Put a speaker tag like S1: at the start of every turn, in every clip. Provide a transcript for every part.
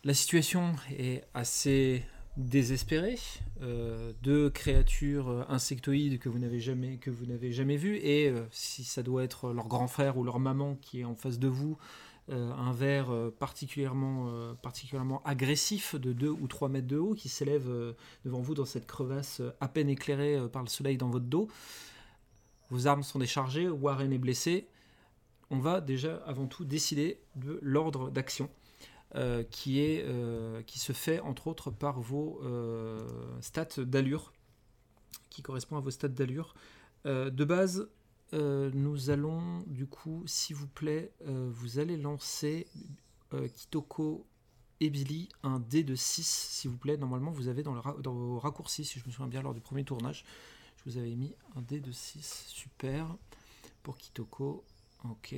S1: La situation est assez désespérée. Deux créatures insectoïdes que vous n'avez jamais vues, et si ça doit être leur grand frère ou leur maman qui est en face de vous, un ver particulièrement agressif de 2 ou 3 mètres de haut qui s'élève devant vous dans cette crevasse à peine éclairée par le soleil dans votre dos. Vos armes sont déchargées, Warren est blessé. On va déjà avant tout décider de l'ordre d'action qui se fait entre autres par vos stats d'allure, qui correspond à vos stats d'allure. De base, nous allons du coup, s'il vous plaît, vous allez lancer Kitoko et Billy un dé de 6, s'il vous plaît. Normalement, vous avez dans vos raccourcis, si je me souviens bien, lors du premier tournage, je vous avais mis un dé de 6. Super. Pour Kitoko. Ok.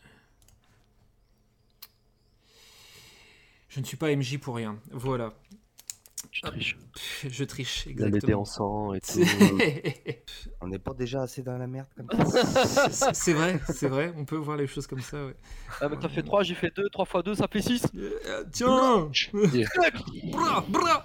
S1: Je ne suis pas MJ pour rien. Voilà.
S2: Tu triches.
S1: Je triche,
S2: La mettez
S1: exactement.
S2: en sang et tout.
S3: On n'est pas déjà assez dans la merde comme ça.
S1: C'est vrai, on peut voir les choses comme ça, ouais.
S2: Ah, mais t'as fait 3, j'ai fait 2, 3 x 2, ça fait 6.
S1: Tiens Bra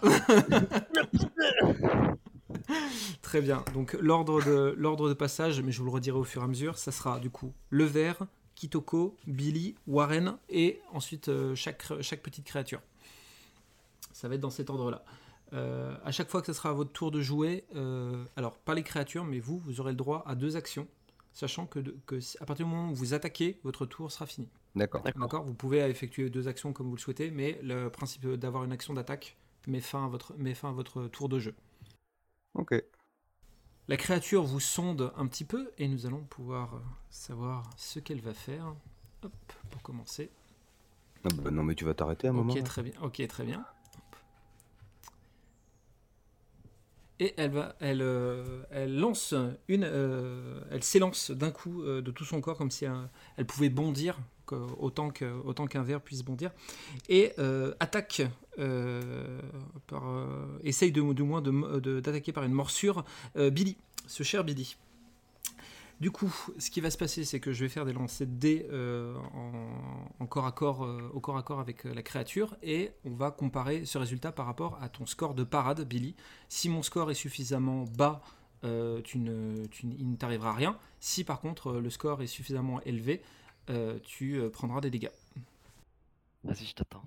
S1: Très bien, donc l'ordre de passage, mais je vous le redirai au fur et à mesure, ça sera du coup le ver, Kitoko, Billy, Warren, et ensuite chaque petite créature. Ça va être dans cet ordre-là. À chaque fois que ce sera à votre tour de jouer, alors pas les créatures, mais vous aurez le droit à 2 actions, sachant que à partir du moment où vous attaquez, votre tour sera fini.
S3: D'accord.
S1: Vous pouvez effectuer 2 actions comme vous le souhaitez, mais le principe d'avoir une action d'attaque met fin à votre tour de jeu.
S3: Ok.
S1: La créature vous sonde un petit peu et nous allons pouvoir savoir ce qu'elle va faire. Hop, pour commencer.
S3: Ah bah non mais tu vas t'arrêter un moment.
S1: Ok, très bien. Ok, très bien. Et elle lance elle s'élance d'un coup de tout son corps comme si elle pouvait bondir autant qu'un ver puisse bondir, et attaque essaye d'attaquer par une morsure Billy, ce cher Billy. Du coup, ce qui va se passer, c'est que je vais faire des lancers de dés au corps à corps avec la créature, et on va comparer ce résultat par rapport à ton score de parade, Billy. Si mon score est suffisamment bas, il ne t'arrivera rien. Si par contre le score est suffisamment élevé, tu prendras des dégâts.
S2: Vas-y, je t'attends.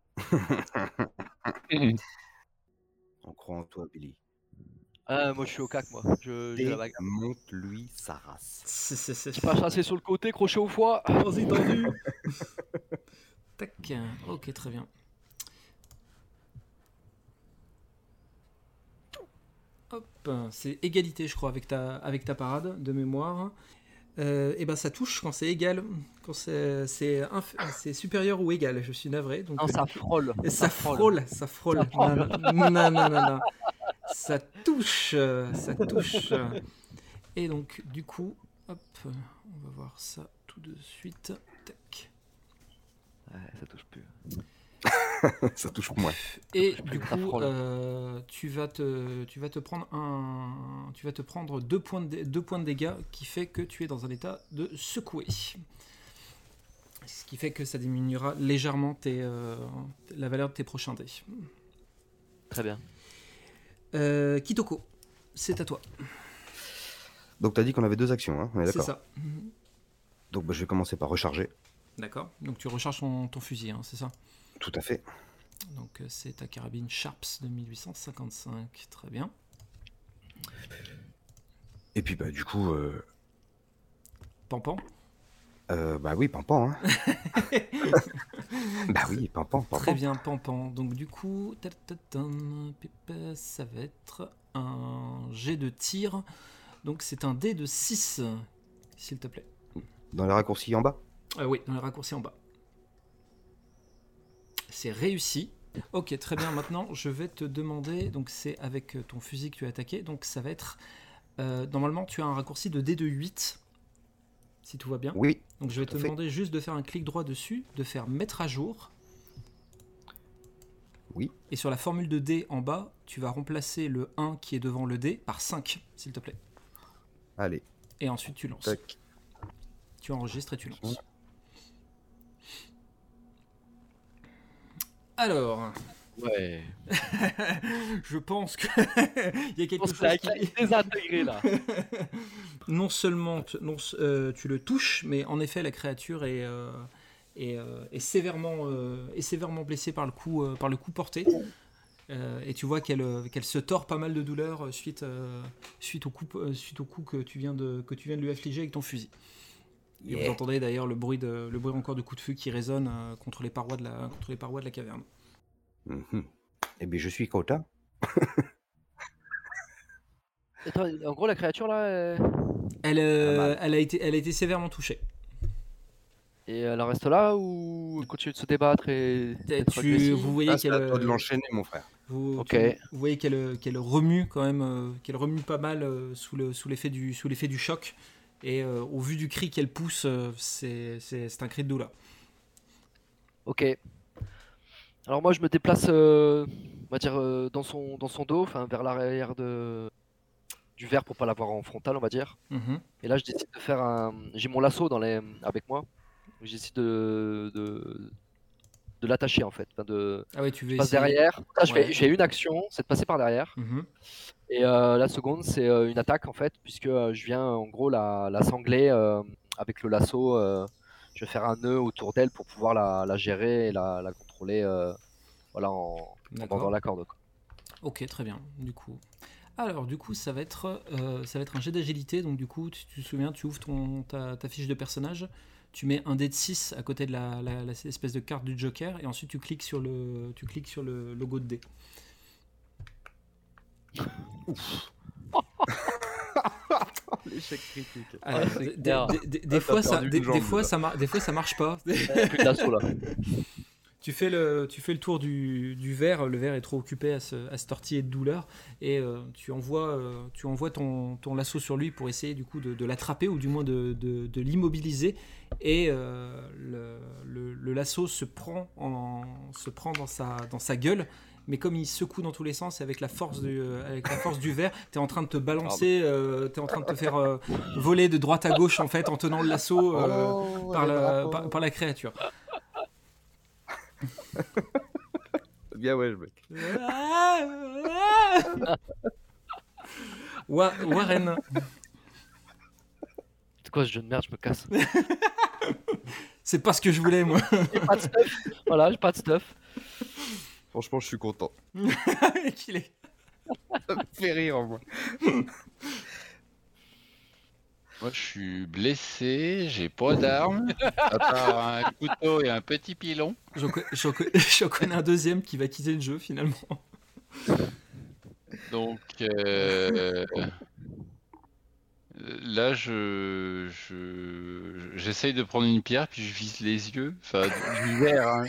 S3: On croit en toi, Billy.
S2: Ah, moi je suis au cac, moi. J'ai la bague.
S3: Monte-lui sa race.
S2: C'est pas chasser sur le côté, crochet au foie.
S1: Vas-y, tendu. Tac. Ok, très bien. Hop, c'est égalité, je crois, avec ta parade de mémoire. Et ben ça touche quand c'est égal, quand c'est supérieur ou égal. Je suis navré. Donc,
S2: Non, ça frôle.
S1: Ça frôle.
S2: Ça frôle.
S1: Non. Ça touche. Et donc, du coup, hop, on va voir ça tout de suite. Tac.
S2: Ouais, ça touche plus.
S3: Ça touche moins.
S1: Et du coup, tu vas te prendre 2 points de dégâts, qui fait que tu es dans un état de secoué. Ce qui fait que ça diminuera légèrement la valeur de tes prochains dés.
S2: Très bien.
S1: Kitoko, c'est à toi.
S3: Donc t'as dit qu'on avait 2 actions, hein, on est d'accord.
S1: C'est ça.
S3: Donc je vais commencer par recharger.
S1: D'accord. Donc tu recharges ton fusil, hein, c'est ça?
S3: Tout à fait.
S1: Donc c'est ta carabine Sharps de 1855. Très bien.
S3: Et puis du coup...
S1: Pampan.
S3: Bah oui, Pampan. Hein. Bah oui, Pampan.
S1: Très bien, Pampan. Donc du coup, ça va être un jet de tir. Donc c'est un dé de 6, s'il te plaît.
S3: Dans les raccourcis en bas?
S1: Oui, dans les raccourcis en bas. C'est réussi. Ok, très bien. Maintenant, je vais te demander, donc c'est avec ton fusil que tu as attaqué, donc ça va être... normalement, tu as un raccourci de dé de 8, si tout va bien.
S3: Oui.
S1: Donc je vais te demander juste de faire un clic droit dessus, de faire mettre à jour.
S3: Oui.
S1: Et sur la formule de dé en bas, tu vas remplacer le 1 qui est devant le dé par 5, s'il te plaît.
S3: Allez.
S1: Et ensuite, tu lances.
S3: Tac.
S1: Tu enregistres et tu lances. Alors,
S2: Ouais.
S1: je pense que il y a
S2: Je
S1: quelque
S2: pense
S1: chose
S2: que
S1: qui...
S2: est désintégré là.
S1: Non seulement tu le touches, mais en effet la créature est sévèrement blessée par le coup porté. Et tu vois qu'elle se tord pas mal de douleur suite au coup que tu viens de lui affliger avec ton fusil. Et vous entendez d'ailleurs le bruit encore de coups de feu qui résonne contre les parois de la caverne.
S3: Eh bien, je suis content.
S2: Attends, en gros, la créature là,
S3: mal.
S1: Elle a été sévèrement touchée.
S2: et elle en reste là ou elle continue de se débattre et d'être agressive?
S1: Vous voyez
S3: Là, c'est à toi de
S1: qu'elle
S3: l'enchaîner, mon frère.
S2: Ok.
S1: vous voyez qu'elle remue quand même, qu'elle remue pas mal sous l'effet du choc. Et au vu du cri qu'elle pousse, c'est un cri de douleur.
S2: Ok. Alors moi, je me déplace, on va dire, dans son dos, enfin vers l'arrière du verre pour pas l'avoir en frontal, on va dire.
S1: Mhm.
S2: Et là, je décide de faire un. J'ai mon lasso avec moi. Donc, je décide de l'attacher en fait. Enfin,
S1: Ah ouais, tu
S2: Je
S1: veux
S2: passe
S1: essayer.
S2: derrière. Là,
S1: Ouais.
S2: je fais une action, c'est de passer par derrière.
S1: Mhm.
S2: Et la seconde, c'est une attaque en fait, puisque je viens en gros la sangler avec le lasso. Je vais faire un nœud autour d'elle pour pouvoir la gérer et la contrôler voilà, en mordant la corde, quoi.
S1: Ok, très bien. Alors, du coup, ça va être un jet d'agilité. Donc, du coup, tu te souviens, tu ouvres ta fiche de personnage, tu mets un dé de 6 à côté de la espèce de carte du Joker, et ensuite tu cliques sur le logo de dé.
S3: L'échec critique.
S1: Alors,
S2: c'est
S1: des
S2: clair.
S1: fois,
S3: t'as perdu une jambe, là.
S1: des fois, ça marche pas.
S2: Plus de lasso là.
S1: Tu fais le tour du verre, le verre est trop occupé à se tortiller de douleur, et tu envoies ton lasso sur lui pour essayer du coup de l'attraper, ou du moins de l'immobiliser, et le lasso se prend dans sa gueule, mais comme il secoue dans tous les sens, avec la force du verre, tu es en train de te balancer, tu es en train de te faire voler de droite à gauche en fait, en tenant le lasso par la créature.
S3: Bien ouais, mec.
S1: Warren.
S2: C'est quoi ce jeu de merde, je me casse.
S1: C'est pas ce que je voulais, moi.
S2: J'ai pas de stuff. Voilà, j'ai pas de stuff.
S3: Franchement, je suis content.
S1: Qu'il est.
S3: Ça me fait rire, moi.
S4: Moi, je suis blessé, j'ai pas d'armes, à part un couteau et un petit pilon.
S1: J'en connais un deuxième qui va quitter le jeu, finalement.
S4: Donc, là, j'essaye de prendre une pierre, puis je vise les yeux, enfin, du verre. Hein.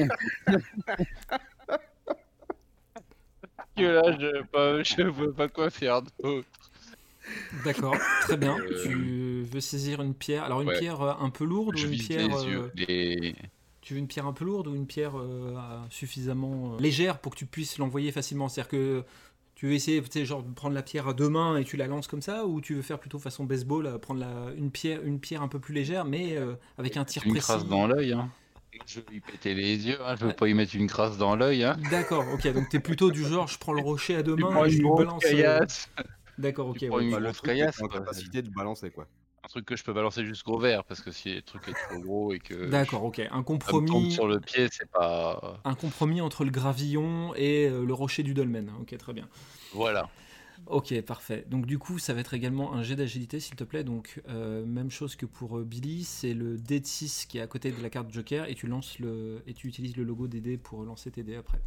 S4: Que là, je vois pas quoi faire d'autre.
S1: D'accord, très bien. Tu veux saisir une pierre. Alors, une
S4: Ouais.
S1: pierre un peu lourde,
S4: Je
S1: ou une
S4: vise
S1: pierre.
S4: les yeux.
S1: Tu veux une pierre un peu lourde, ou une pierre suffisamment légère pour que tu puisses l'envoyer facilement? C'est-à-dire que tu veux essayer, tu sais, genre, de prendre la pierre à deux mains et tu la lances comme ça, ou tu veux faire plutôt façon baseball, prendre une pierre un peu plus légère, mais avec un tir
S4: Une
S1: précis.
S4: crasse dans l'œil, hein. Je vais lui péter les yeux, hein. Je veux pas y mettre une crasse dans l'œil, hein.
S1: D'accord, ok, donc t'es plutôt du genre, je prends le rocher à deux
S4: Tu
S1: mains
S4: prends
S1: et je
S4: une
S1: lui
S4: grosse
S1: balance.
S4: caillasse.
S1: D'accord, ok,
S4: Tu prends
S1: ouais.
S4: une
S3: Bah, le
S4: grosse
S3: truc, c'est
S4: caillasse,
S3: que t'es en
S4: quoi.
S3: capacité de balancer, quoi.
S4: Un truc que je peux balancer jusqu'au verre, parce que si le truc est trop gros et que
S1: D'accord, ok. Un
S4: ça me tombe
S1: compromis,
S4: sur le pied, c'est pas...
S1: un compromis entre le gravillon et le rocher du dolmen. Ok, très bien.
S4: Voilà.
S1: Ok, parfait. Donc du coup, ça va être également un jet d'agilité, s'il te plaît. Donc même chose que pour Billy, c'est le dé de 6 qui est à côté de la carte Joker, et tu utilises le logo des dés pour lancer tes dés après.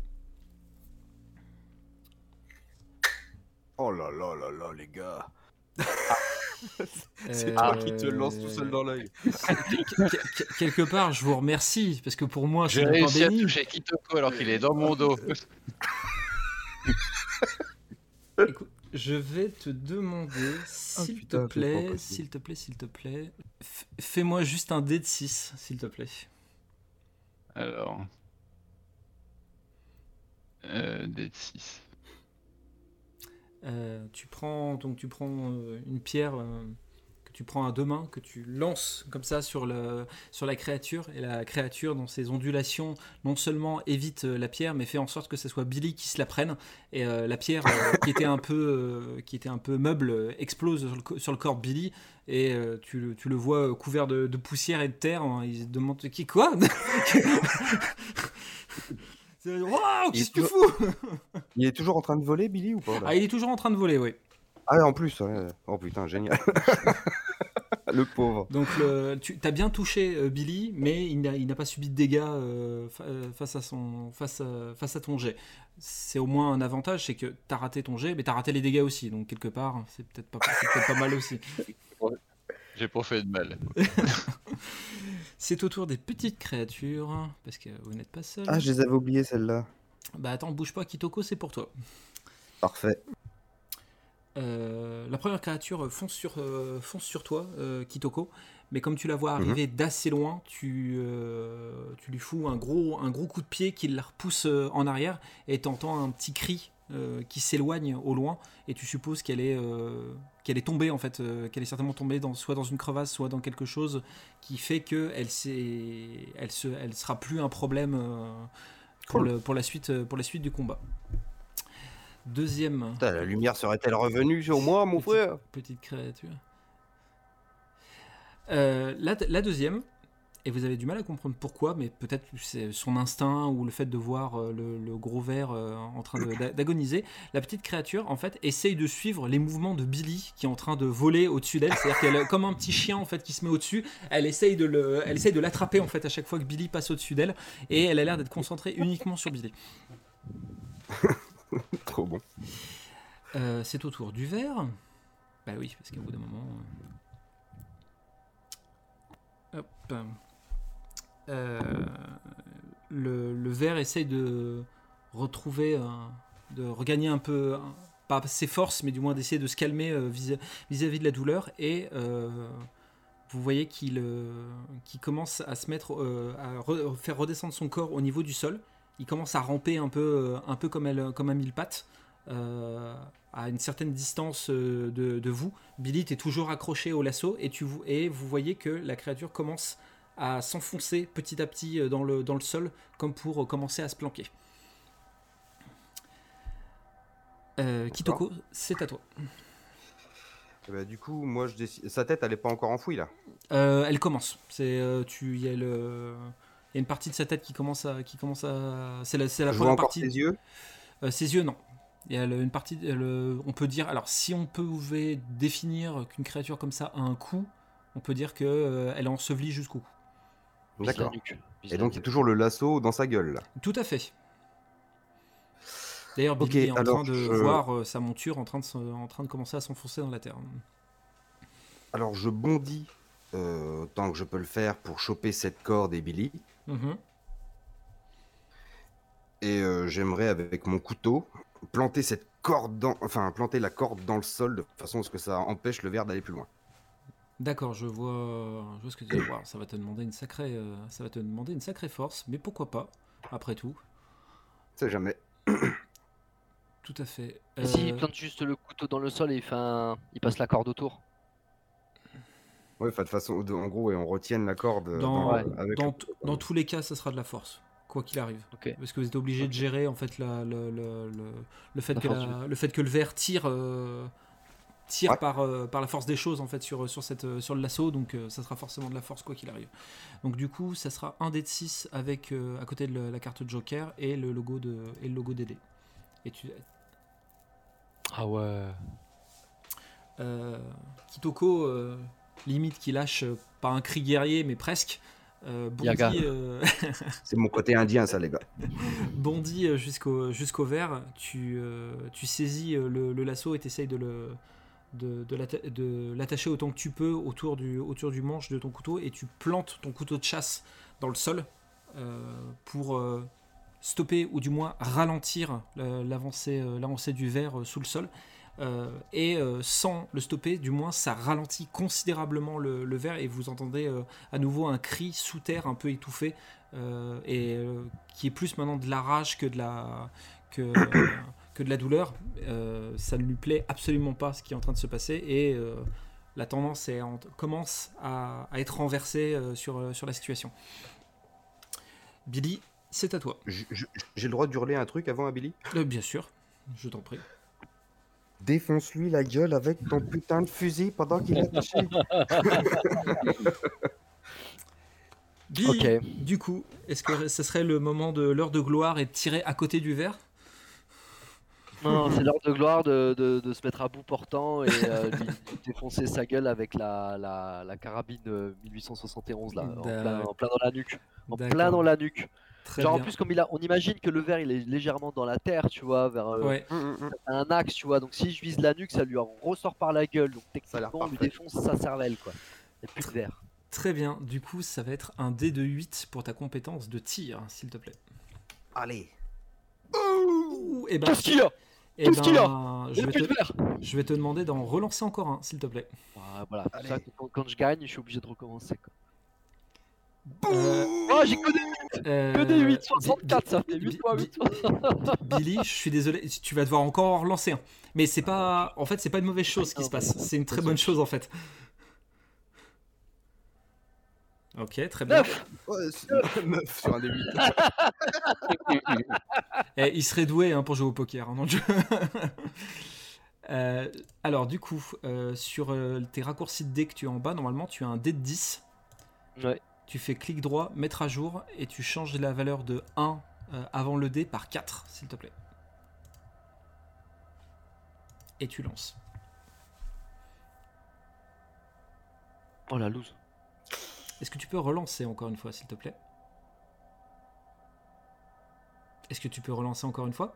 S3: Oh là là là là, les gars. C'est toi qui te lance tout seul dans l'œil.
S1: Quelque part, je vous remercie, parce que pour moi,
S4: J'ai
S1: c'est mon pain
S4: réussi à
S1: béni.
S4: toucher Kitoko alors qu'il est dans mon dos.
S1: Écoute, je vais te demander, s'il
S3: putain,
S1: te
S3: c'est pas
S1: plaît,
S3: possible.
S1: s'il te plaît, fais-moi juste un dé de 6, s'il te plaît.
S4: Alors... dé de 6.
S1: Tu prends une pierre que tu prends un 2 mains que tu lances comme ça sur la créature, et la créature dans ses ondulations non seulement évite la pierre, mais fait en sorte que ce soit Billy qui se la prenne, et la pierre qui était un peu meuble explose sur le corps de Billy, et tu le vois couvert de poussière et de terre, hein. Il se demande quoi. Waouh, qu'est-ce que tu fous?
S3: Il est toujours en train de voler, Billy, ou pas là?
S1: Ah, il est toujours en train de voler, oui.
S3: Ah, en plus, ouais. Oh putain, génial. Le pauvre.
S1: Donc tu as bien touché Billy, mais il n'a pas subi de dégâts face à ton jet. C'est au moins un avantage, c'est que tu as raté ton jet, mais tu as raté les dégâts aussi. Donc quelque part, c'est peut-être pas mal aussi.
S4: J'ai pas fait de mal.
S1: C'est au tour des petites créatures, parce que vous n'êtes pas seul.
S3: Ah, je les avais oubliées, celles-là.
S1: Bah attends, bouge pas, Kitoko, c'est pour toi.
S3: Parfait.
S1: La première créature fonce sur toi, Kitoko, mais comme tu la vois arriver d'assez loin, tu lui fous un gros coup de pied qui la repousse en arrière, et t'entends un petit cri qui s'éloigne au loin, et tu supposes qu'elle est tombée en fait, qu'elle est certainement tombée soit dans une crevasse, soit dans quelque chose qui fait que elle sera plus un problème pour la suite du combat. Deuxième.
S3: Putain, la lumière serait-elle revenue sur moi, mon frère?
S1: Petite créature. La deuxième, et vous avez du mal à comprendre pourquoi, mais peut-être c'est son instinct ou le fait de voir le gros ver en train d'agoniser. La petite créature, en fait, essaye de suivre les mouvements de Billy qui est en train de voler au-dessus d'elle. C'est-à-dire qu'elle, comme un petit chien en fait qui se met au-dessus, elle essaye de l'attraper en fait à chaque fois que Billy passe au-dessus d'elle, et elle a l'air d'être concentrée uniquement sur Billy.
S3: Trop bon.
S1: C'est au tour du ver. Bah oui, parce qu'au bout d'un moment. Hop. Le ver essaye de retrouver, de regagner un peu, pas ses forces, mais du moins d'essayer de se calmer vis-à-vis de la douleur, et vous voyez qu'il commence à se mettre, faire redescendre son corps au niveau du sol. Il commence à ramper un peu comme un mille-pattes, à une certaine distance de vous. Billy est toujours accroché au lasso, et vous voyez que la créature commence à s'enfoncer petit à petit dans le sol, comme pour commencer à se planquer. Kitoko, c'est à toi.
S3: Bah, du coup, moi, je décide. Sa tête, elle est pas encore enfouie là.
S1: Elle commence. Il y a une partie de sa tête qui commence à. C'est la
S3: Je
S1: première
S3: vois encore
S1: partie.
S3: ses yeux.
S1: Ses yeux, non. Il y a une partie. On peut dire. Alors, si on pouvait définir qu'une créature comme ça a un cou, on peut dire qu'elle est ensevelie jusqu'au cou.
S3: D'accord. Et donc, il y a toujours le lasso dans sa gueule là.
S1: Tout à fait. D'ailleurs, Billy est en train de voir sa monture en train de commencer à s'enfoncer dans la terre.
S3: Alors, je bondis tant que je peux le faire pour choper cette corde et Billy. Et j'aimerais, avec mon couteau, planter planter la corde dans le sol de façon à ce que ça empêche le ver d'aller plus loin.
S1: D'accord, je vois ce que tu veux voir. Ça va te demander une sacrée force, mais pourquoi pas, après tout.
S3: C'est jamais.
S1: Tout à fait.
S2: Et s'il plante juste le couteau dans le sol et il passe la corde autour.
S3: Ouais, de façon, en gros, et on retienne la corde.
S1: Dans tous les cas, ça sera de la force, quoi qu'il arrive.
S2: Okay.
S1: Parce que vous êtes obligé de gérer en fait le fait que le ver tire par la force des choses en fait sur le lasso, donc ça sera forcément de la force quoi qu'il arrive. Donc du coup, ça sera un dé de 6 avec à côté de la carte Joker et le logo d'aider. Et
S2: Ah ouais.
S1: Kitoko limite qui lâche pas un cri guerrier mais presque. Bondit,
S3: c'est mon côté indien ça les gars.
S1: Bondit jusqu'au ver. Tu saisis le lasso et t'essayes de l'attacher autant que tu peux autour du manche de ton couteau, et tu plantes ton couteau de chasse dans le sol pour stopper ou du moins ralentir l'avancée du ver sous le sol. Et sans le stopper, du moins ça ralentit considérablement le ver, et vous entendez à nouveau un cri sous terre un peu étouffé, qui est plus maintenant de la rage que de la douleur. Ça ne lui plaît absolument pas ce qui est en train de se passer, et la tendance commence à être renversée sur la situation. Billy, c'est à toi.
S3: J'ai le droit d'hurler un truc avant, Billy?
S1: Bien sûr, je t'en prie.
S3: Défonce-lui la gueule avec ton putain de fusil pendant qu'il est attaché.
S1: Billy,
S2: Ok.
S1: du coup, est-ce que ce serait le moment de l'heure de gloire et de tirer à côté du verre?
S2: Non, c'est l'heure de gloire de se mettre à bout portant et lui défoncer sa gueule avec la carabine 1871 là, en plein dans la nuque. En plein
S1: D'accord.
S2: dans la nuque.
S1: Très
S2: Genre en
S1: bien.
S2: plus comme on imagine que le verre il est légèrement dans la terre, tu vois, vers
S1: Ouais.
S2: un axe, tu vois. Donc si je vise la nuque, ça lui ressort par la gueule. Donc
S3: Ça a l'air
S2: techniquement on lui
S3: parfait.
S2: défonce sa cervelle quoi. Il n'y a plus de verre.
S1: Très bien. Du coup, ça va être un dé de 8 pour ta compétence de tir, s'il te plaît.
S3: Allez.
S1: Ouh, et ben,
S2: Qu'est-ce qu'il y a Qu'est-ce qu'il y a Il n'y a plus de verre.
S1: je vais te demander d'en relancer encore un, s'il te plaît.
S2: Voilà, c'est
S3: Allez.
S2: ça que quand je gagne, je suis obligé de recommencer quoi.
S1: Euh,
S2: Oh j'ai que des 8, 64, ça fait 8 fois 8.
S1: Billy, je suis désolé, tu vas devoir encore en relancer un. Mais c'est pas, en fait, c'est pas une mauvaise chose qui se passe. C'est une très bonne chose en fait. Ok, très bien.
S2: 9.
S3: Ouais, 9 sur un des 8.
S1: Il serait doué pour jouer au poker dans le jeu. Alors du coup, sur tes raccourcis de dés que tu as en bas, normalement tu as un dé de 10.
S2: Ouais.
S1: Tu fais clic droit, mettre à jour, et tu changes la valeur de 1 avant le dé par 4, s'il te plaît. Et tu lances.
S2: Oh la loose.
S1: Est-ce que tu peux relancer encore une fois, s'il te plaît? Est-ce que tu peux relancer encore une fois?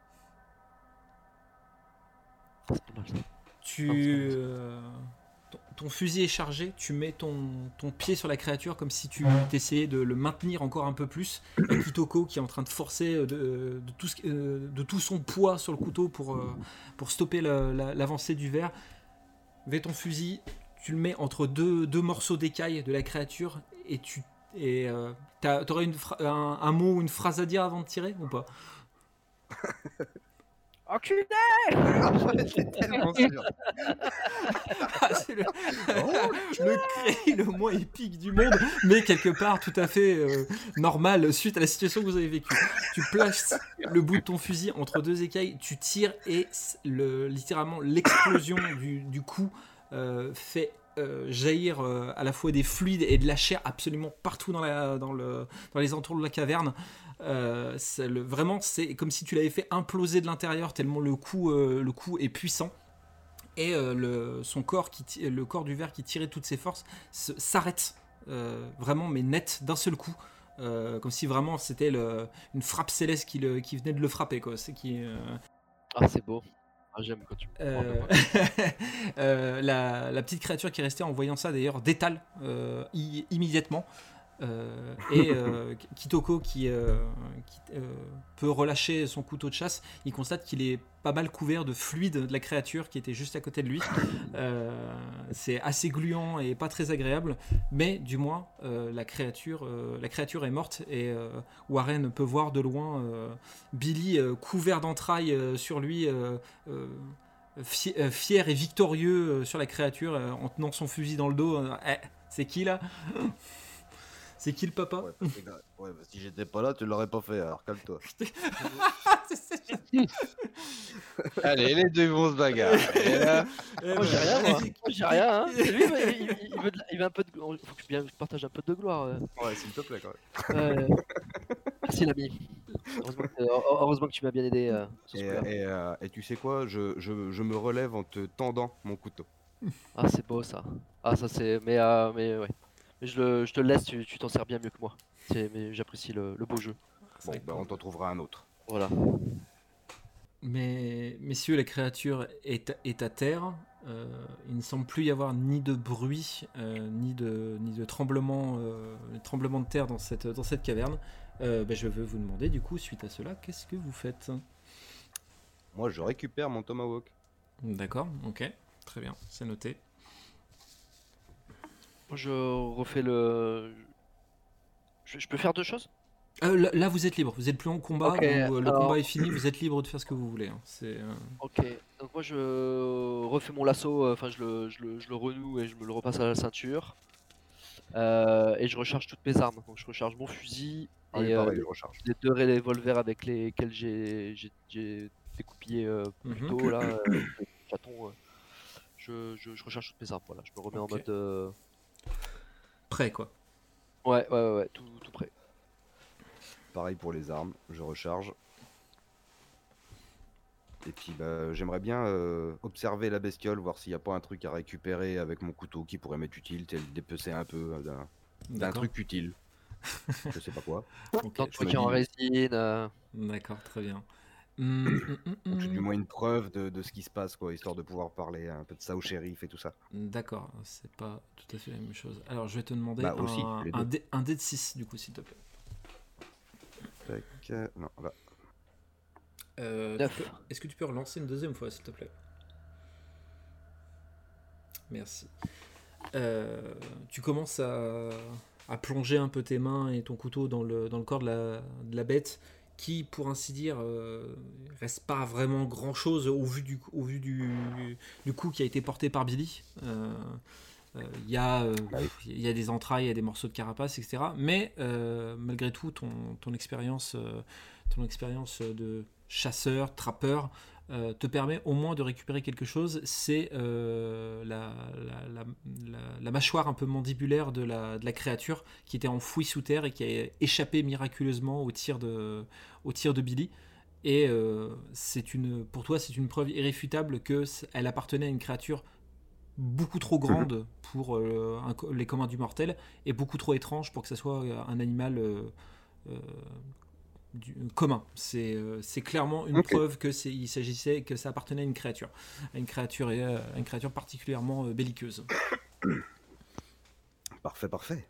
S2: C'est pas mal ça.
S1: Ton fusil est chargé, tu mets ton pied sur la créature comme si tu essayais de le maintenir encore un peu plus. Et Kitoko qui est en train de forcer de tout son poids sur le couteau pour stopper l'avancée du ver. Mets ton fusil, tu le mets entre deux morceaux d'écaille de la créature et t'aurais un mot ou une phrase à dire avant de tirer ou pas?
S2: Enculé.
S3: C'est tellement sûr.
S1: C'est le cri le moins épique du monde, mais quelque part tout à fait normal suite à la situation que vous avez vécue. Tu places le bout de ton fusil entre deux écailles, tu tires et littéralement l'explosion du coup fait jaillir à la fois des fluides et de la chair absolument partout dans les entours de la caverne. Vraiment, c'est comme si tu l'avais fait imploser de l'intérieur tellement le coup est puissant. Et le corps du ver qui tirait toutes ses forces s'arrête vraiment, mais net d'un seul coup. Comme si vraiment c'était une frappe céleste qui venait de le frapper, quoi.
S2: Ah c'est beau. Ah, j'aime quand tu
S1: la petite créature qui restait en voyant ça d'ailleurs détale immédiatement. Et Kitoko qui peut relâcher son couteau de chasse, il constate qu'il est pas mal couvert de fluide de la créature qui était juste à côté de lui. C'est assez gluant et pas très agréable, mais du moins la créature est morte et Warren peut voir de loin Billy couvert d'entrailles sur lui, fier et victorieux sur la créature en tenant son fusil dans le dos. C'est qui là? C'est qui le papa?
S3: Ouais, bah, si j'étais pas là, tu l'aurais pas fait, alors calme-toi.
S4: Allez, les deux vont se bagarrer. Et là,
S2: Moi j'ai rien, moi. J'ai rien, hein. C'est lui, il veut un peu de. Faut que je partage un peu de gloire.
S3: Ouais, s'il te plaît, quand même.
S2: Merci l'ami. Heureusement que tu m'as bien aidé sur ce coup-là.
S3: Et tu sais quoi, je me relève en te tendant mon couteau.
S2: Ah c'est beau ça. Ah ça c'est. Mais ouais. Mais je te le laisse, tu t'en sers bien mieux que moi. Mais j'apprécie le beau jeu.
S3: Bon, bah, on t'en trouvera un autre.
S2: Voilà.
S1: Mais messieurs, la créature est à terre. Il ne semble plus y avoir ni de bruit, ni de tremblement de terre dans cette caverne. Je veux vous demander, du coup, suite à cela, qu'est-ce que vous faites?
S3: Moi, je récupère mon tomahawk.
S1: D'accord, ok, très bien, c'est noté.
S2: Je refais le. Je peux faire deux choses?
S1: Là, vous êtes libre. Vous êtes plus en combat.
S2: Ok,
S1: Le
S2: alors-
S1: combat est fini. Vous êtes libre de faire ce que vous voulez. Hein.
S2: Ok, donc moi je refais mon lasso, enfin je le renoue et je me le repasse à la ceinture. Et je recharge toutes mes armes. Donc je recharge mon fusil
S3: Ah oui,
S2: et
S3: pareil, je recharge.
S2: les 2 revolvers avec lesquels j'ai découpillé
S1: Mhm.
S2: plus tôt là, le chaton. Je recharge toutes mes armes. Voilà, je me remets
S1: Ok.
S2: en mode.
S1: Prêt, quoi.
S2: Ouais, tout prêt.
S3: Pareil pour les armes, je recharge. Et puis j'aimerais bien observer la bestiole, voir s'il n'y a pas un truc à récupérer avec mon couteau qui pourrait m'être utile, tel dépecer un peu d'un
S1: D'accord.
S3: truc utile. Je sais pas quoi.
S1: Ok,
S2: Non,
S1: je
S2: truc
S3: me
S2: en
S3: dis-
S2: résine.
S1: D'accord, très bien.
S3: Donc, j'ai du moins une preuve de ce qui se passe, quoi, histoire de pouvoir parler un peu de ça au shérif et tout ça.
S1: D'accord, c'est pas tout à fait la même chose. Alors, je vais te demander
S3: Bah, aussi, les deux.
S1: un dé de 6, du coup, s'il te plaît.
S3: Tac, non, là.
S2: Neuf.
S1: Est-ce que tu peux relancer une deuxième fois, s'il te plaît? Merci. Tu commences à plonger un peu tes mains et ton couteau dans le corps de la bête, qui, pour ainsi dire, reste pas vraiment grand chose au vu du coup qui a été porté par Billy. Il y a des entrailles, il y a des morceaux de carapace, etc. Mais malgré tout, ton expérience de chasseur, trappeur, te permet au moins de récupérer quelque chose. C'est la mâchoire un peu mandibulaire de la créature qui était enfouie sous terre et qui a échappé miraculeusement au tir de Billy. Et pour toi, c'est une preuve irréfutable qu'elle appartenait à une créature beaucoup trop grande pour les communs du mortel et beaucoup trop étrange pour que ça soit un animal commun. C'est clairement une preuve que ça appartenait à une créature particulièrement belliqueuse.
S3: Parfait.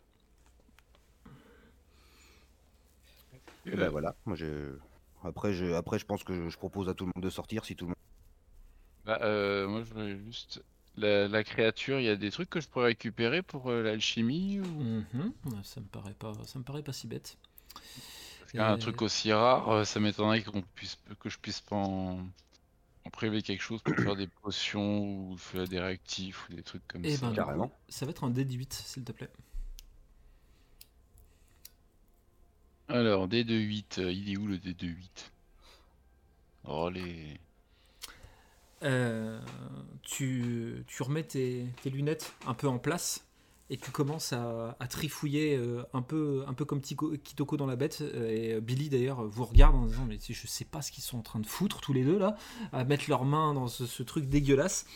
S3: Et ben voilà, moi après je pense que je propose à tout le monde de sortir si tout le monde.
S4: Moi, je voudrais juste. La créature, il y a des trucs que je pourrais récupérer pour l'alchimie ou...
S1: Ça me paraît pas si bête.
S4: Parce qu'un truc aussi rare, ça m'étonnerait que je puisse pas en priver quelque chose pour faire des potions ou faire des réactifs ou des trucs comme
S1: Et
S4: ça.
S1: ben,
S3: carrément.
S1: ça va être un dé de 8, s'il te plaît.
S4: Alors, dé de 8, il est où le dé de 8? Oh, les...
S1: Tu remets tes lunettes un peu en place et tu commences à trifouiller un peu comme Kitoko dans la bête. Et Billy d'ailleurs vous regarde en disant mais je sais pas ce qu'ils sont en train de foutre tous les deux là, à mettre leurs mains dans ce truc dégueulasse.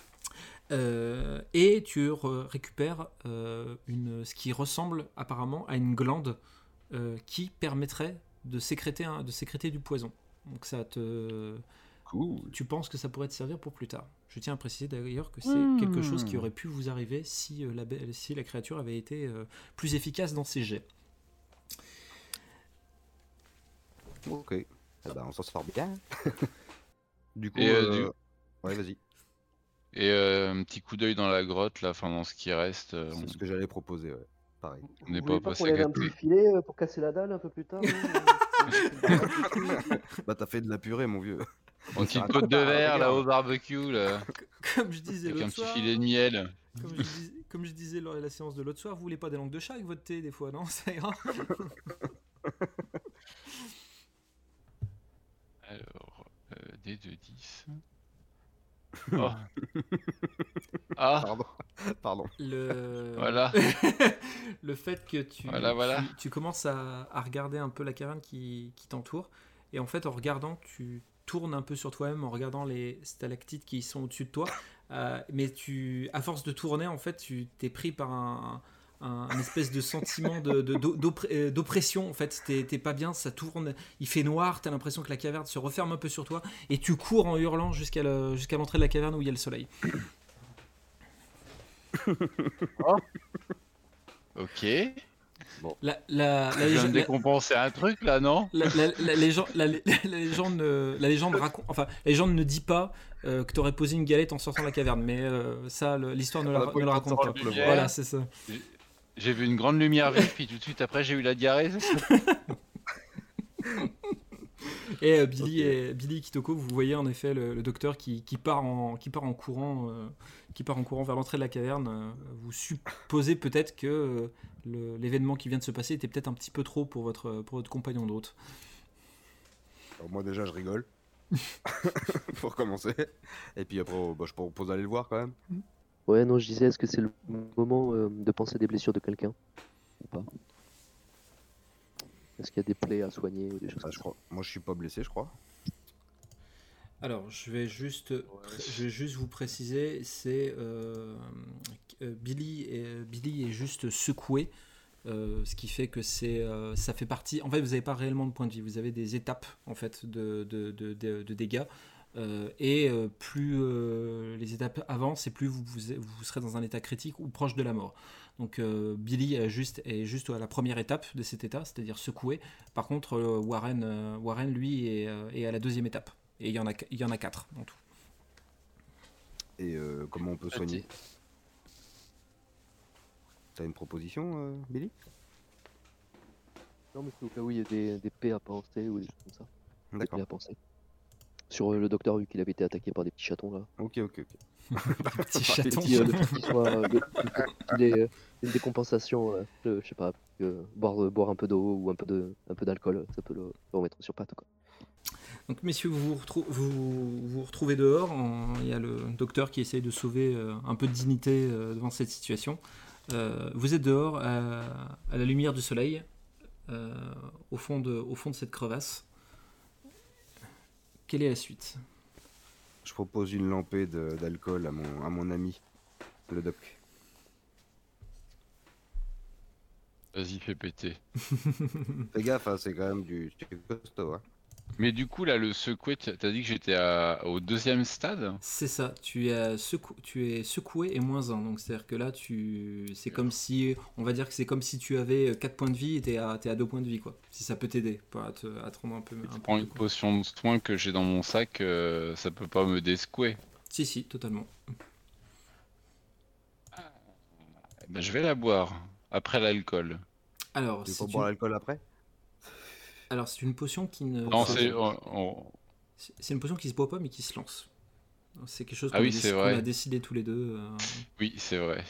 S1: Et tu récupères ce qui ressemble apparemment à une glande qui permettrait de sécréter du poison. Donc ça te...
S3: Cool.
S1: Tu penses que ça pourrait te servir pour plus tard. Je tiens à préciser d'ailleurs que c'est quelque chose qui aurait pu vous arriver si la créature avait été plus efficace dans ses jets.
S3: Ok. Eh ben, on s'en sort bien. Du coup,
S4: Et,
S3: ouais, vas-y.
S4: Et un petit coup d'œil dans la grotte, là, enfin dans ce qui reste.
S3: C'est ce que j'allais proposer, ouais. Pareil.
S4: On n'est
S5: Vous voulez
S4: pas
S5: pas qu'on
S4: passé à
S5: lève un
S4: côté.
S5: petit filet pour casser la dalle un peu plus tard
S3: Bah t'as fait de la purée, mon vieux.
S4: Une petite côte de verre là au barbecue, là,
S1: Comme je disais
S4: avec un
S1: l'autre
S4: petit
S1: soir,
S4: filet de miel.
S1: comme je disais lors de la séance de l'autre soir, vous voulez pas des langues de chat avec votre thé des fois, non? Ça ira.
S4: Alors, dé de 10. Oh. Ah,
S3: Pardon.
S4: Voilà.
S1: Le fait que
S4: Voilà.
S1: tu commences à regarder un peu la caverne qui t'entoure, et en fait en regardant tu tournes un peu sur toi-même en regardant les stalactites qui sont au-dessus de toi, mais à force de tourner en fait tu t'es pris par un espèce de sentiment d'oppression. En fait t'es pas bien, ça tourne, il fait noir, t'as l'impression que la caverne se referme un peu sur toi et tu cours en hurlant jusqu'à l'entrée de la caverne où il y a le soleil.
S4: Ok.
S1: La
S4: Je viens de décompenser un truc là, non?
S1: La légende raconte, enfin, la légende ne dit pas que tu aurais posé une galette en sortant de la caverne, mais ça, l'histoire ne le raconte pas.
S4: lumière.
S1: Voilà, c'est ça.
S4: J'ai vu une grande lumière vive, puis tout de suite après j'ai eu la diarrhée.
S1: Et Billy et Kitoko, vous voyez en effet le docteur qui part en courant vers l'entrée de la caverne. Vous supposez peut-être que l'événement qui vient de se passer était peut-être un petit peu trop pour votre compagnon de route.
S3: Alors, moi déjà je rigole. Pour commencer. Et puis après je propose d'aller le voir quand même.
S5: Ouais, non, je disais, est-ce que c'est le moment de penser des blessures de quelqu'un ou pas? Est-ce qu'il y a des plaies à soigner ou des choses comme ça?
S3: Moi je suis pas blessé je crois.
S1: Alors, je vais juste vous préciser, c'est Billy est juste secoué, ce qui fait que ça fait partie. En fait, vous n'avez pas réellement de points de vie, vous avez des étapes en fait de dégâts. Plus les étapes avancent et plus vous serez dans un état critique ou proche de la mort. Donc Billy est juste à la première étape de cet état, c'est-à-dire secoué. Par contre, Warren lui est à la deuxième étape. Et il y en a 4 en tout.
S3: Et comment on peut soigner? T'as une proposition, Billy?
S5: Non, mais c'est au cas où il y a des paix à penser ou des choses comme ça. Des
S3: D'accord.
S5: plaies à penser. Sur le docteur, vu qu'il avait été attaqué par des petits chatons là.
S3: Ok.
S1: Petit chaton.
S5: Le fait qu'il soit qu'il ait une décompensation, je sais pas, boire un peu d'eau ou un peu d'alcool, ça peut le remettre sur pattes quoi.
S1: Donc messieurs, vous vous retrouvez dehors. Il y a le docteur qui essaye de sauver un peu de dignité devant cette situation. Vous êtes dehors à la lumière du soleil, au fond de cette crevasse. Quelle est la suite?
S3: Je propose une lampée d'alcool à mon ami, le doc.
S4: Vas-y, fais péter.
S3: Fais gaffe, hein, c'est quand même du costaud. Hein.
S4: Mais du coup, là, le secoué, t'as dit que j'étais au 2e stade?
S1: C'est ça, tu es secoué et -1. Donc c'est-à-dire que là, c'est comme si, on va dire que c'est comme si tu avais 4 points de vie et t'es à 2 points de vie, quoi. Si ça peut t'aider, à te rendre un peu.
S4: Je prends une potion de soin que j'ai dans mon sac, ça peut pas me désecouer.
S1: Si, totalement.
S4: Ben, je vais la boire, après l'alcool.
S1: Alors,
S3: Tu veux pas boire l'alcool après?
S1: Alors, c'est une potion qui ne.
S4: Non,
S1: C'est une potion qui se boit pas, mais qui se lance. C'est quelque chose
S4: qu'on a
S1: décidé tous les deux.
S4: Oui, c'est vrai.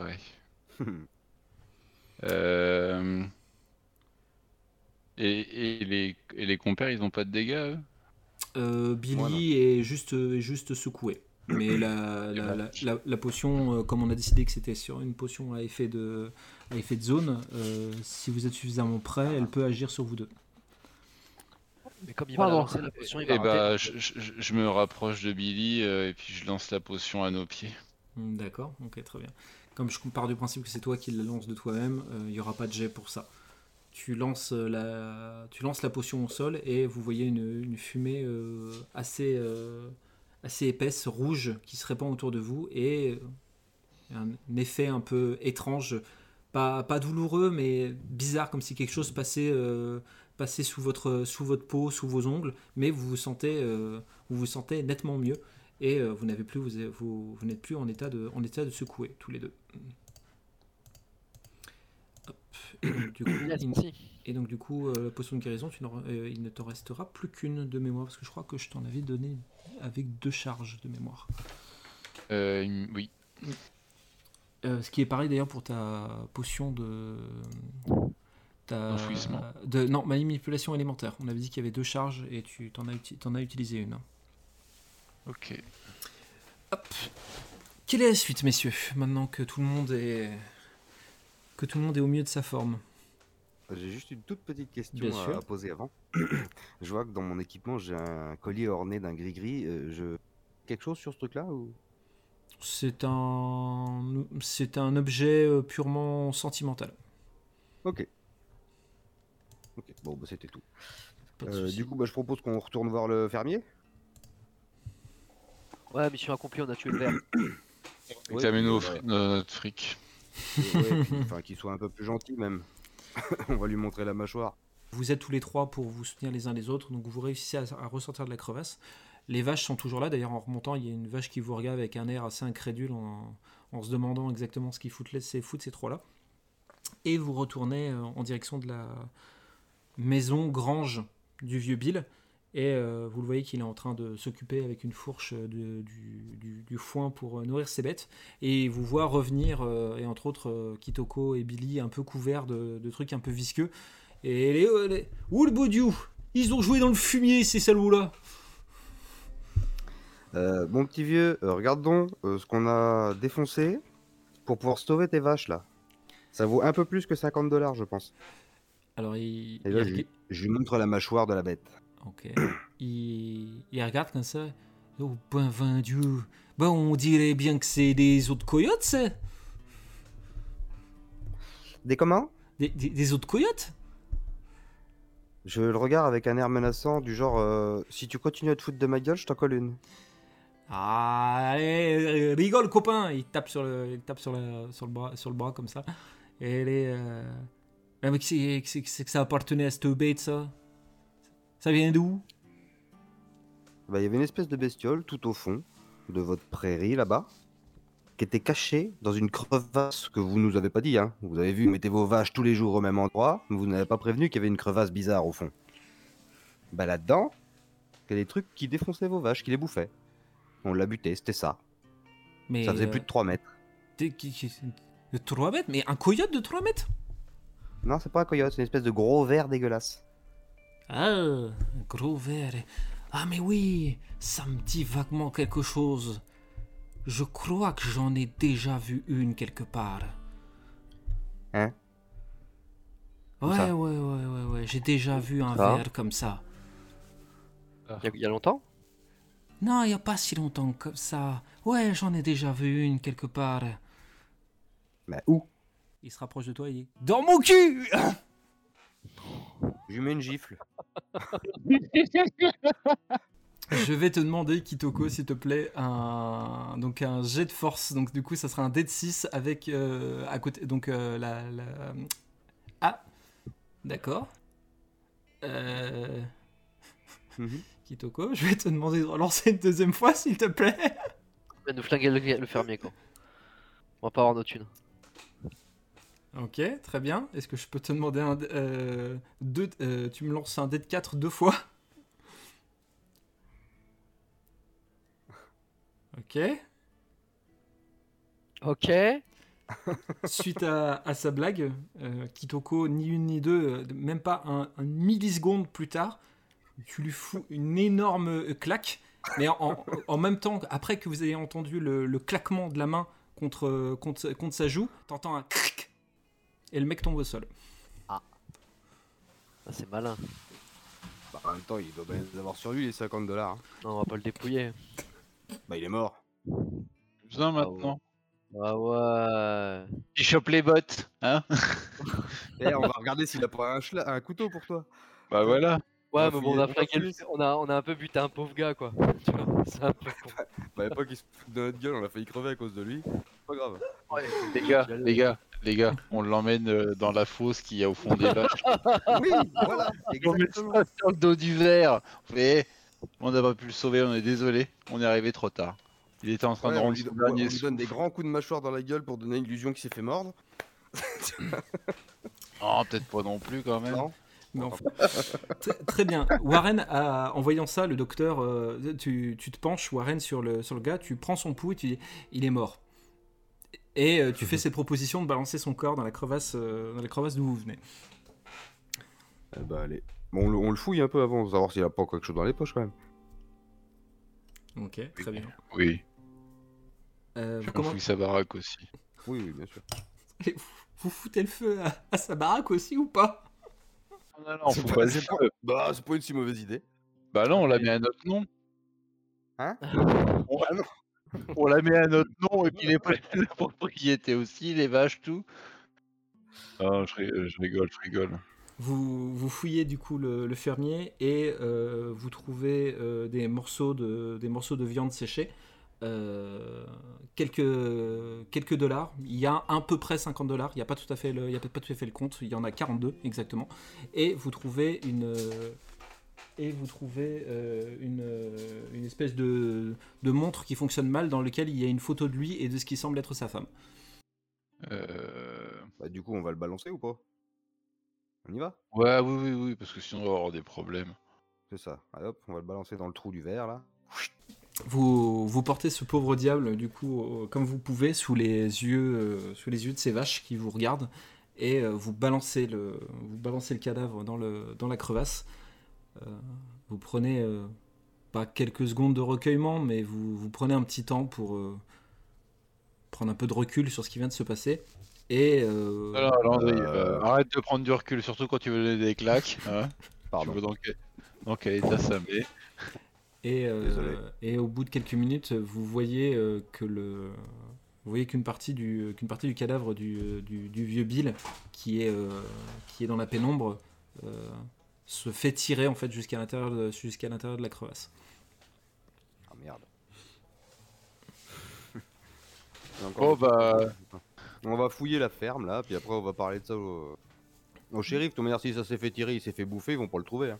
S4: Et les compères, ils ont pas de dégâts, eux?
S1: Billy est juste secoué. Mais la potion, comme on a décidé que c'était sur une potion à effet de zone, si vous êtes suffisamment près, elle peut agir sur vous deux.
S2: Mais comme il va la lancer, la potion, il va rater.
S4: Je me rapproche de Billy et puis je lance la potion à nos pieds.
S1: D'accord, ok, très bien. Comme je pars du principe que c'est toi qui la lance de toi-même, il n'y aura pas de jet pour ça. Tu lances la potion au sol et vous voyez une fumée assez épaisse, rouge, qui se répand autour de vous et un effet un peu étrange, pas douloureux, mais bizarre, comme si quelque chose passait sous votre peau, sous vos ongles, mais vous vous sentez nettement mieux et vous n'êtes plus en état de secouer tous les deux. Hop. Et donc du coup, la potion de guérison, il ne te restera plus qu'une de mémoire, parce que je crois que je t'en avais donné avec 2 charges de mémoire.
S4: Oui.
S1: Ce qui est pareil d'ailleurs pour ta potion de...
S4: Enfouissement.
S1: Non, manipulation élémentaire. On avait dit qu'il y avait 2 charges et tu t'en as utilisé une.
S4: Ok.
S1: Hop. Quelle est la suite, messieurs, maintenant que tout le monde est au mieux de sa forme?
S3: J'ai juste une toute petite question à poser avant. Je vois que dans mon équipement, j'ai un collier orné d'un gris-gris. Quelque chose sur ce truc-là ou...
S1: C'est un objet purement sentimental.
S3: Ok, bon, bah, c'était tout.
S1: Pas de souci.
S3: Du coup, je propose qu'on retourne voir le fermier.
S2: Ouais, mission accomplie, on a tué le verre.
S4: Examiner notre fric.
S3: Qu'il soit un peu plus gentil même. On va lui montrer la mâchoire.
S1: Vous êtes tous les 3 pour vous soutenir les uns les autres, donc vous réussissez à ressortir de la crevasse. Les vaches sont toujours là, d'ailleurs en remontant, il y a une vache qui vous regarde avec un air assez incrédule en se demandant exactement ce qu'ils foutent ces 3-là. Et vous retournez en direction de la maison grange du vieux Bill. Et vous le voyez qu'il est en train de s'occuper avec une fourche du foin pour nourrir ses bêtes. Et vous voit revenir, et entre autres Kitoko et Billy, un peu couverts de trucs un peu visqueux. Et Où le beau Dieu? Ils ont joué dans le fumier, ces salauds-là.
S3: Mon petit vieux, regarde donc ce qu'on a défoncé pour pouvoir sauver tes vaches là. Ça vaut un peu plus que 50 $, je pense.
S1: Alors
S3: Et là, je lui montre la mâchoire de la bête.
S1: Ok. Il regarde comme ça. Oh, ben vendu. Ben, on dirait bien que c'est des autres coyotes, ça.
S3: Des comment?
S1: Des autres coyotes?
S3: Je le regarde avec un air menaçant, du genre si tu continues à te foutre de ma gueule, je t'en colle une.
S1: Ah, allez, rigole, copain. Il tape sur le bras comme ça. Et mais c'est que ça appartenait à cette bête, ça. Ça vient d'où?
S3: Bah, il y avait une espèce de bestiole tout au fond de votre prairie là-bas, qui était cachée dans une crevasse que vous nous avez pas dit, hein. Vous avez vu, mettez vos vaches tous les jours au même endroit, mais vous n'avez pas prévenu qu'il y avait une crevasse bizarre au fond. Bah là-dedans, il y a des trucs qui défonçaient vos vaches, qui les bouffaient. On l'a buté, c'était ça.
S1: Mais,
S3: ça faisait plus de 3 mètres.
S1: De 3 mètres? Mais un coyote de 3 mètres?
S3: Non, c'est pas un coyote, c'est une espèce de gros ver dégueulasse.
S1: Ah, un gros ver. Ah, mais oui, ça me dit vaguement quelque chose. Je crois que j'en ai déjà vu une quelque part.
S3: Hein?
S1: Ouais. J'ai déjà vu un ver comme ça.
S2: Il y a longtemps?
S1: Non, il n'y a pas si longtemps que ça. Ouais, j'en ai déjà vu une quelque part.
S3: Bah où?
S1: Il se rapproche de toi et dit « Dans mon cul !»
S3: Je lui mets une gifle.
S1: Je vais te demander, Kitoko, s'il te plaît, un jet de force. Donc du coup, ça sera un dé de 6 avec à côté. Donc Ah, d'accord. Kitoko, je vais te demander de relancer une deuxième fois, s'il te plaît.
S2: On va nous flinguer le fermier, quoi. On va pas avoir nos thunes.
S1: Ok, très bien. Est-ce que je peux te demander tu me lances un dé de 4 2 fois.
S2: Ok.
S1: Suite à sa blague, Kitoko, ni une ni deux, même pas un milliseconde plus tard, tu lui fous une énorme claque. Mais en même temps, après que vous ayez entendu le claquement de la main contre sa joue, t'entends un cric et le mec tombe au sol.
S2: Ah, c'est malin.
S3: Bah, en même temps, il doit bien les avoir sur lui les 50 $. Hein.
S2: Non, on va pas le dépouiller.
S3: Bah, il est mort.
S4: Besoin maintenant.
S2: Ah ouais.
S4: Il chope les bottes, hein?
S3: Et on va regarder s'il a pas un couteau pour toi.
S4: Bah voilà.
S2: Ouais,
S3: On
S2: mais bon, on a
S3: va
S2: flingué
S3: fouiller.
S2: on a un peu buté un pauvre gars, quoi. Tu vois, c'est un peu con.
S3: Bah, y'a pas qu'il se fout de notre gueule, on a failli crever à cause de lui. C'est pas grave.
S4: Les gars, on l'emmène dans la fosse qu'il y a au fond des vaches.
S3: Oui, voilà,
S4: On met
S3: exactement.
S4: ça sur le dos du verre. On n'a pas pu le sauver, on est désolé. On est arrivé trop tard. Il était en train
S3: Ouais,
S4: de
S3: on
S4: rendre
S3: lui,
S4: son
S3: on
S4: dernier
S3: lui donne des
S4: souffle.
S3: grands coups de mâchoire dans la gueule pour donner l'illusion qu'il s'est fait mordre.
S4: Oh, peut-être pas non plus quand même.
S3: Non.
S1: Mais enfin, très bien. Warren, en voyant ça, le docteur, tu te penches, Warren, sur le gars, tu prends son pouls et tu dis il est mort. Et tu fais cette proposition de balancer son corps dans la crevasse d'où vous venez.
S3: Bah, allez. Bon, on le fouille un peu avant, pour savoir s'il a pas quelque chose dans les poches quand même.
S1: Ok, très bien.
S4: Oui,
S1: Vous,
S4: on fouille sa baraque aussi.
S3: Oui, oui, bien sûr.
S1: Et vous foutez le feu à sa baraque aussi ou pas?
S4: Non, on fout pas le feu.
S3: Bah, c'est pas une si mauvaise idée.
S4: Bah non, on la met à notre nom.
S3: Hein?
S4: On la met à notre nom et puis la propriété aussi, les vaches, tout. Ah, je rigole.
S1: Vous fouillez du coup le fermier et vous trouvez des morceaux de viande séchée, quelques dollars. Il y a à peu près 50 $. Il n'y a pas tout à fait le compte. Il y en a 42 exactement. Et vous trouvez une espèce de montre qui fonctionne mal dans lequel il y a une photo de lui et de ce qui semble être sa femme.
S3: Bah, du coup, on va le balancer ou pas? On y va?
S4: Ouais, oui, parce que sinon on va avoir des problèmes.
S3: C'est ça. Allez, hop, on va le balancer dans le trou du verre là.
S1: Vous portez ce pauvre diable, du coup, comme vous pouvez, sous les yeux de ces vaches qui vous regardent, et vous balancez le cadavre dans la crevasse. Vous prenez pas quelques secondes de recueillement, mais vous prenez un petit temps pour prendre un peu de recul sur ce qui vient de se passer. Et
S4: Alors, Landry, arrête de prendre du recul, surtout quand tu veux donner des claques. Hein.
S3: Pardon.
S4: Tu veux dans quel état ça met.
S3: Désolé.
S1: Et au bout de quelques minutes, vous voyez qu'une partie du cadavre du vieux Bill qui est dans la pénombre se fait tirer en fait jusqu'à l'intérieur de la crevasse.
S3: Ah merde.
S4: Bon bah,
S3: On va fouiller la ferme là, puis après on va parler de ça au shérif. De toute manière, si ça s'est fait tirer, il s'est fait bouffer, ils vont pas le trouver. Hein.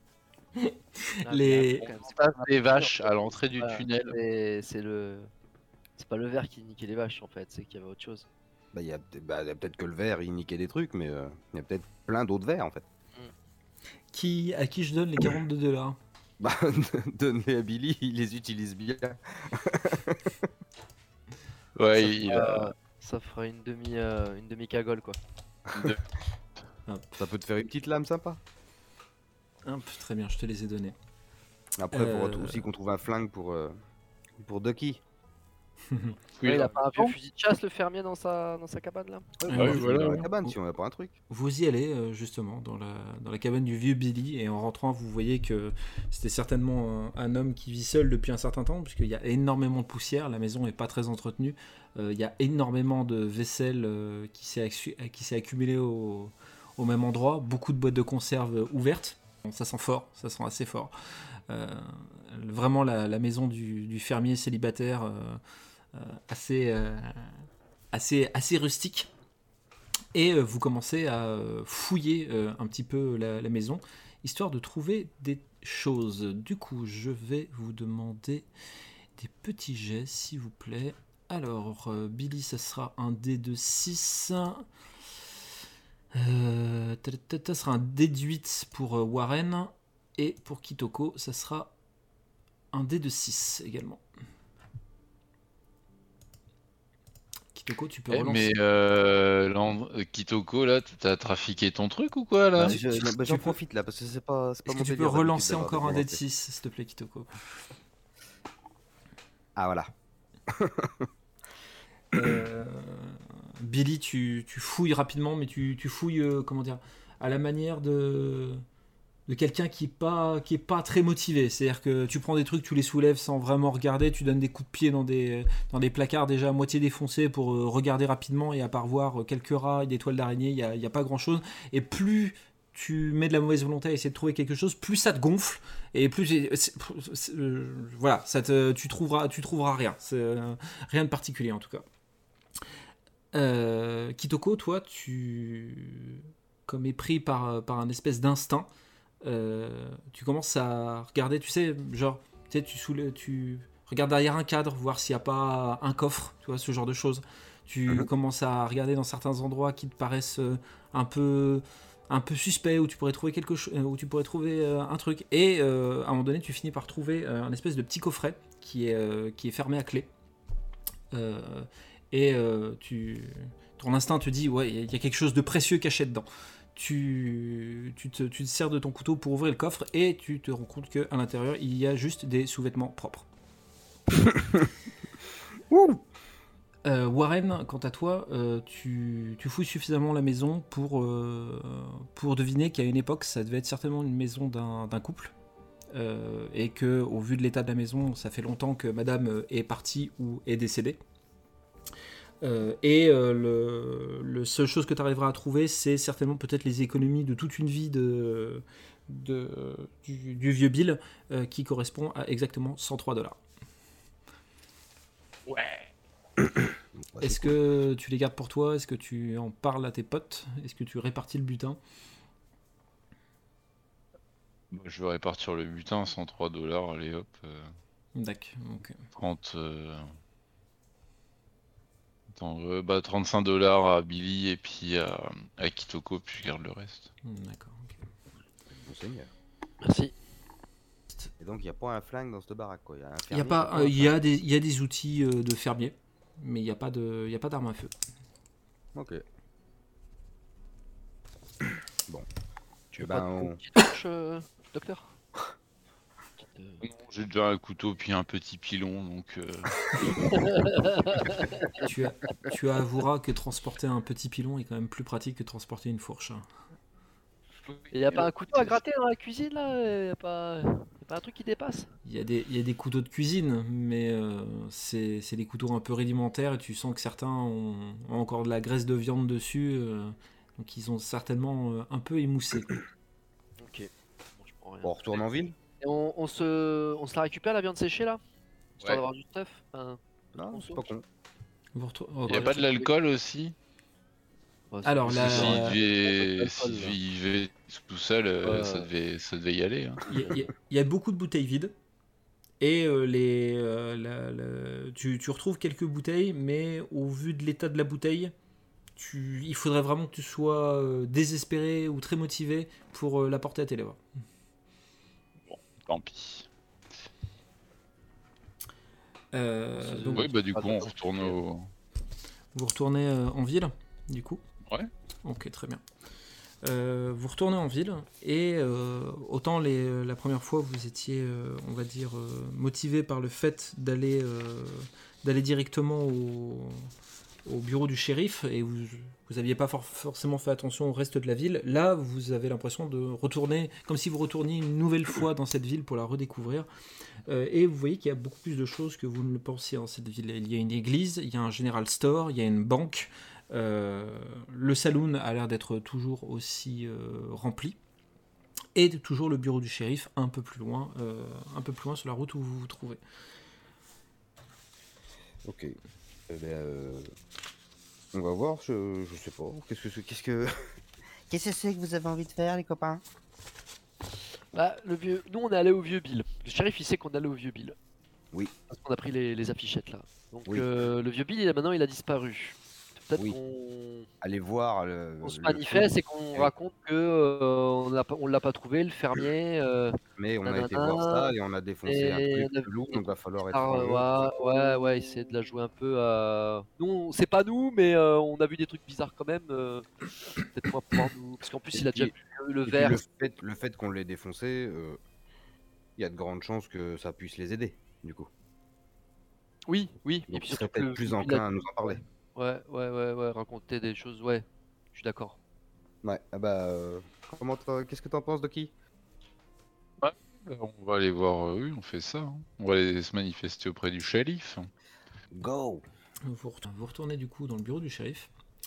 S1: Les-
S4: on passe des vaches à l'entrée du
S2: Voilà,
S4: tunnel.
S2: C'est pas le verre qui niquait les vaches en fait, c'est qu'il y avait autre chose.
S3: Bah, il y a peut-être que le verre il niquait des trucs, mais il y a peut-être plein d'autres verres en fait.
S1: à qui je donne les $42?
S3: Bah, donner à Billy, il les utilise bien.
S4: Ouais, il a...
S2: Ça fera une demi cagole quoi.
S3: Ça peut te faire une petite lame sympa.
S1: Hop, très bien, je te les ai donnés.
S3: Après, faut aussi qu'on trouve un flingue pour Ducky.
S4: Oui,
S2: Ouais, il
S4: là.
S2: a pas un vieux fusil de chasse le fermier dans sa cabane là.
S3: Ouais,
S1: Ah
S3: bah,
S1: oui,
S3: on
S4: voilà,
S3: dans la
S4: ouais.
S3: cabane si on a pas un truc.
S1: Vous y allez justement dans la cabane du vieux Billy, et en rentrant vous voyez que c'était certainement un homme qui vit seul depuis un certain temps, puisqu'il y a énormément de poussière, la maison n'est pas très entretenue, il y a énormément de vaisselle qui s'est accumulée au même endroit, beaucoup de boîtes de conserve ouvertes. Bon, ça sent fort, ça sent assez fort. Vraiment la maison du fermier célibataire, assez rustique. Et vous commencez à fouiller un petit peu la maison, histoire de trouver des choses. Du coup, je vais vous demander des petits jets, s'il vous plaît. Alors, Billy, ça sera un dé de 6. Ça sera un dé de 8 pour Warren. Et pour Kitoko, ça sera un dé de 6 également. Kitoko, tu peux relancer.
S4: Mais Kitoko, là, t'as trafiqué ton truc ou quoi, là?
S1: Bah,
S3: J'en profite là parce que c'est pas
S1: Est-ce
S3: mon
S1: que tu
S3: délire
S1: peux
S3: d'habitude
S1: relancer
S3: d'avoir
S1: encore un dé de
S3: volontés.
S1: 6, s'il te plaît, Kitoko?
S3: Ah voilà.
S1: Billy, tu fouilles rapidement, mais tu fouilles, comment dire, à la manière de quelqu'un qui est pas très motivé. C'est-à-dire que tu prends des trucs, tu les soulèves sans vraiment regarder, tu donnes des coups de pied dans des placards déjà à moitié défoncés pour regarder rapidement, et à part voir quelques rats et des toiles d'araignée, il y a pas grand-chose. Et plus tu mets de la mauvaise volonté à essayer de trouver quelque chose, plus ça te gonfle, et plus voilà, tu trouveras rien. Rien de particulier en tout cas. Kitoko, toi, comme est pris par un espèce d'instinct, tu commences à regarder, tu sais, genre, tu regardes derrière un cadre, voir s'il n'y a pas un coffre, tu vois, ce genre de choses. Tu commences à regarder dans certains endroits qui te paraissent un peu suspects, où tu pourrais trouver quelque chose, où tu pourrais trouver un truc. Et à un moment donné, tu finis par trouver un espèce de petit coffret qui est fermé à clé. Ton instinct te dit, ouais, il y a quelque chose de précieux caché dedans. Tu te sers de ton couteau pour ouvrir le coffre, et tu te rends compte qu'à l'intérieur, il y a juste des sous-vêtements propres. Warren, quant à toi, tu fouilles suffisamment la maison pour deviner qu'à une époque, ça devait être certainement une maison d'un couple. Et que, au vu de l'état de la maison, ça fait longtemps que madame est partie ou est décédée. Le seule chose que tu arriveras à trouver, c'est certainement peut-être les économies de toute une vie du vieux Bill, qui correspond à exactement $103.
S4: Ouais.
S1: Est-ce que tu les gardes pour toi? Est-ce que tu en parles à tes potes? Est-ce que tu répartis le butin?
S4: Je vais répartir le butin, $103, allez hop.
S1: D'accord, ok.
S4: 30... Attends, $35 à Billy et puis à Kitoko, puis je garde le reste.
S1: D'accord, ok.
S3: Bon Seigneur.
S2: Merci.
S3: Et donc, il n'y a pas un flingue dans cette baraque, quoi. Il y a un
S1: Il y a
S3: fermier,
S1: pas,
S3: c'est un
S1: il y a
S3: flingue.
S1: des outils de fermier, mais il y a pas d'arme à feu.
S3: Ok. Bon.
S2: Tu veux
S3: Ben,
S2: pas
S3: on-
S2: une petite torche, docteur?
S4: Non, j'ai déjà un couteau puis un petit pilon, donc
S1: Tu avoueras que transporter un petit pilon est quand même plus pratique que transporter une fourche, hein.
S2: Il y a pas un couteau à gratter dans la cuisine là? Y a pas un truc qui dépasse?
S1: Il y a des couteaux de cuisine, mais c'est des couteaux un peu rudimentaires et tu sens que certains ont encore de la graisse de viande dessus, donc ils ont certainement un peu émoussé.
S2: Ok. Bon, je prends rien.
S3: Bon, on retourne en ville?
S2: Et on se la récupère la viande séchée là? Histoire
S4: Ouais.
S2: d'avoir du stuff? Enfin,
S3: Non, c'est pas con.
S4: il n'y a pas de l'alcool aussi.
S2: ouais, c'est-
S1: Alors,
S2: c'est-
S1: la-
S4: Parce que
S1: Euh,
S4: s'il vivait tout seul, ça devait y aller. Hein.
S1: il y a beaucoup de bouteilles vides. Et tu retrouves quelques bouteilles, mais au vu de l'état de la bouteille, il faudrait vraiment que tu sois désespéré ou très motivé pour la porter à tes lèvres.
S4: Tant pis.
S1: Donc,
S4: Oui, bah du coup, on retourne au.
S1: vous retournez en ville, du coup?
S4: Ouais.
S1: Ok, très bien. Vous retournez en ville et autant la première fois vous étiez, on va dire, motivé par le fait d'aller directement au bureau du shérif et vous n'aviez pas forcément fait attention au reste de la ville. Là, vous avez l'impression de retourner, comme si vous retourniez une nouvelle fois dans cette ville pour la redécouvrir. Et vous voyez qu'il y a beaucoup plus de choses que vous ne le pensiez dans cette ville. Il y a une église, il y a un general store, il y a une banque. Le saloon a l'air d'être toujours aussi rempli. Et toujours le bureau du shérif un peu plus loin sur la route où vous vous trouvez.
S3: Ok. Eh ben, on va voir, je sais pas. Qu'est-ce que c'est que vous avez envie de faire, les copains?
S2: Bah, nous on est allé au vieux Bill. Le shérif il sait qu'on est allé au vieux Bill.
S3: Oui.
S2: Parce qu'on a pris les affichettes là. Donc
S3: Oui.
S2: le vieux Bill maintenant il a disparu. Peut-être
S3: Oui.
S2: qu'on
S3: Allez voir
S2: se
S3: le
S2: manifeste
S3: fond.
S2: et qu'on
S3: Oui.
S2: raconte que on l'a pas trouvé, le fermier.
S3: Mais on a été
S2: nanana,
S3: voir ça et on a défoncé un
S2: et
S3: truc
S2: on a
S3: chelou,
S2: vu
S3: donc va falloir être
S2: bizarre,
S3: rangeux.
S2: ouais, essayer de la jouer un peu à. Nous, c'est pas nous, mais on a vu des trucs bizarres quand même. Peut-être pas pouvoir nous. Parce qu'en plus,
S3: Et
S2: il a déjà
S3: puis-
S2: vu le
S3: Et puis
S2: verre.
S3: le fait qu'on l'ait défoncé, il y a de grandes chances que ça puisse les aider, du coup.
S2: Oui. Et
S3: Donc
S2: puis
S3: ils seraient
S2: surtout que
S3: peut-être plus
S2: il a-
S3: enclins à nous en parler.
S2: Ouais, raconter des choses, ouais. Je suis d'accord.
S3: Ouais, ah bah, qu'est-ce que t'en penses, Doki?
S4: On va aller voir, oui, on fait ça. Hein. On va aller se manifester auprès du shérif.
S3: Go!
S1: Vous retournez du coup dans le bureau du shérif.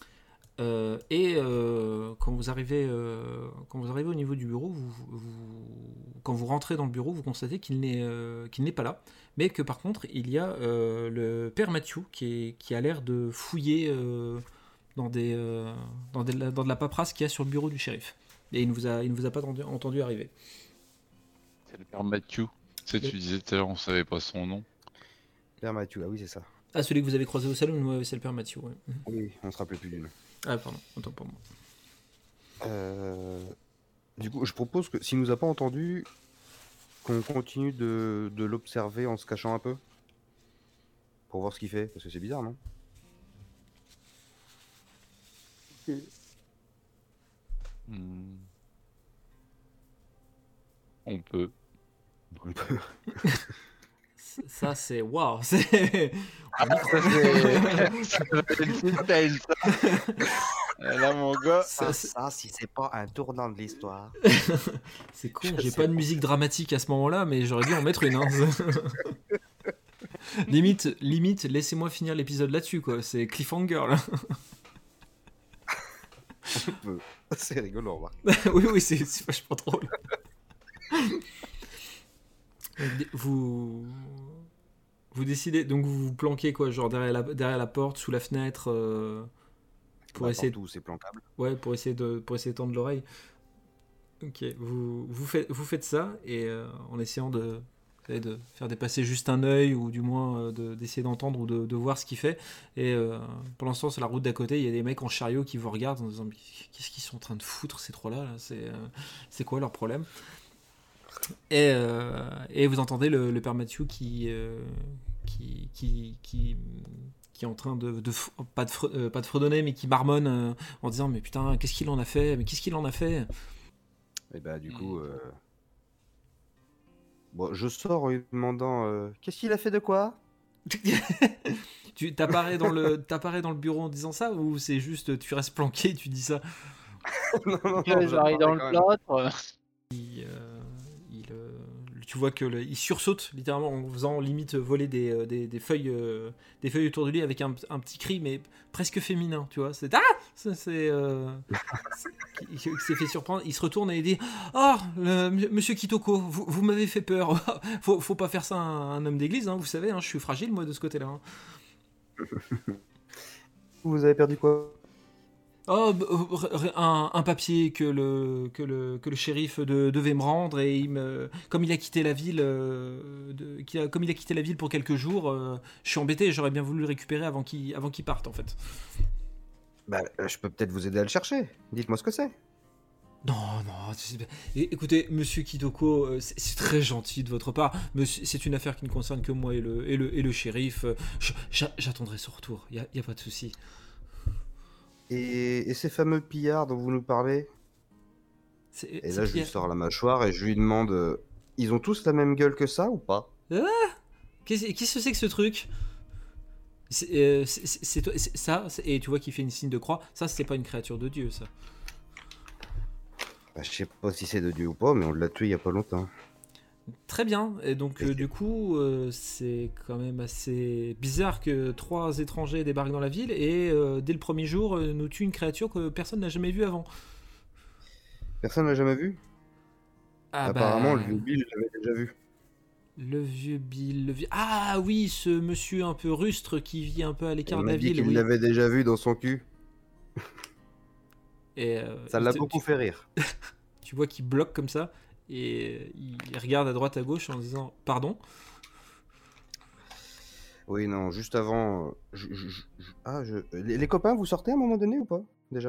S1: Quand vous arrivez au niveau du bureau, quand vous rentrez dans le bureau, vous constatez qu'il n'est pas là, mais que par contre il y a le père Mathieu qui a l'air de fouiller dans de la paperasse qu'il y a sur le bureau du shérif. Et il ne vous a pas entendu arriver.
S4: C'est le père Mathieu. Tu sais, tu disais tout à l'heure, on savait pas son nom.
S3: Père Mathieu, ah oui, c'est ça.
S1: Ah, celui que vous avez croisé au salon, ouais, c'est le père Mathieu. Ouais.
S3: Oui, on se rappelait plus du nom.
S1: Ah, pardon, autant pour moi.
S3: Du coup, je propose que s'il nous a pas entendu, qu'on continue de l'observer en se cachant un peu. Pour voir ce qu'il fait, parce que c'est bizarre, non?
S4: Hmm. On peut.
S3: On peut.
S1: Ça, c'est waouh, c'est.
S4: Là, mon gars.
S1: Ça,
S3: Si c'est pas un tournant de l'histoire.
S1: c'est con, j'ai pas de musique dramatique à ce moment-là, mais j'aurais dû en mettre une. Hein. limite, laissez-moi finir l'épisode là-dessus, quoi. C'est cliffhanger, là.
S3: On peut. C'est rigolo, remarque.
S1: oui, c'est vachement drôle. Vous décidez, donc vous vous planquez, quoi, genre derrière la porte, sous la fenêtre, pour essayer
S3: Partout, c'est plancable.
S1: Ouais, pour essayer de tendre l'oreille. Ok, vous faites ça et en essayant de faire dépasser juste un œil ou du moins d'essayer d'entendre ou de voir ce qu'il fait. Et pour l'instant, sur la route d'à côté, il y a des mecs en chariot qui vous regardent en disant mais qu'est-ce qu'ils sont en train de foutre ces trois-là là, c'est quoi leur problème? Et vous entendez le père Mathieu qui est en train pas de fredonner, mais qui marmonne en disant mais putain, qu'est-ce qu'il en a fait? Mais qu'est-ce qu'il en a fait?
S3: Et bah du coup, bon, je sors en lui demandant qu'est-ce qu'il a fait de quoi?
S1: Tu t'apparais dans le bureau en disant ça, ou c'est juste tu restes planqué et tu dis ça?
S3: Non, non,
S2: J'arrive dans le plâtre.
S1: Tu vois que il sursaute littéralement en faisant limite voler des feuilles autour de lui avec un petit cri mais presque féminin, tu vois. C'est il s'est fait surprendre. Il se retourne et il dit Monsieur Kitoko, vous m'avez fait peur. Faut pas faire ça à un homme d'église, hein, vous savez, hein, je suis fragile moi de ce côté-là. Hein.
S3: Vous avez perdu quoi?
S1: Un papier que le shérif devait me rendre, et comme il a quitté la ville pour quelques jours, je suis embêté, j'aurais bien voulu le récupérer avant qu'il parte en fait.
S3: Bah, je peux peut-être vous aider à le chercher. Dites-moi ce que c'est.
S1: Non, écoutez, monsieur Kitoko, c'est très gentil de votre part, mais c'est une affaire qui ne concerne que moi et le shérif. J'attendrai son retour, y a pas de souci.
S3: Et ces fameux pillards dont vous nous parlez? Et là, je lui sors la mâchoire et je lui demande ils ont tous la même gueule que ça ou pas?
S1: Qu'est-ce que c'est que ce truc? C'est ça, et tu vois qu'il fait une signe de croix. Ça, c'est pas une créature de Dieu, ça.
S3: Bah, je sais pas si c'est de Dieu ou pas, mais on l'a tué il y a pas longtemps.
S1: Très bien, et donc du coup, c'est quand même assez bizarre que 3 étrangers débarquent dans la ville et dès le premier jour nous tuent une créature que personne n'a jamais vue avant.
S3: Personne l'a jamais vu? Apparemment,
S1: bah,
S3: le vieux Bill l'avait déjà vu.
S1: Le vieux Bill, Ah oui, ce monsieur un peu rustre qui vit un peu à l'écart
S3: On
S1: de
S3: a
S1: la
S3: dit
S1: ville.
S3: qu'il
S1: Oui.
S3: l'avait déjà vu dans son cul.
S1: Et,
S3: ça l'a beaucoup fait rire.
S1: Tu vois qu'il bloque comme ça et il regarde à droite à gauche en disant pardon.
S3: Oui, non, juste avant. Les copains, vous sortez à un moment donné ou pas? Déjà?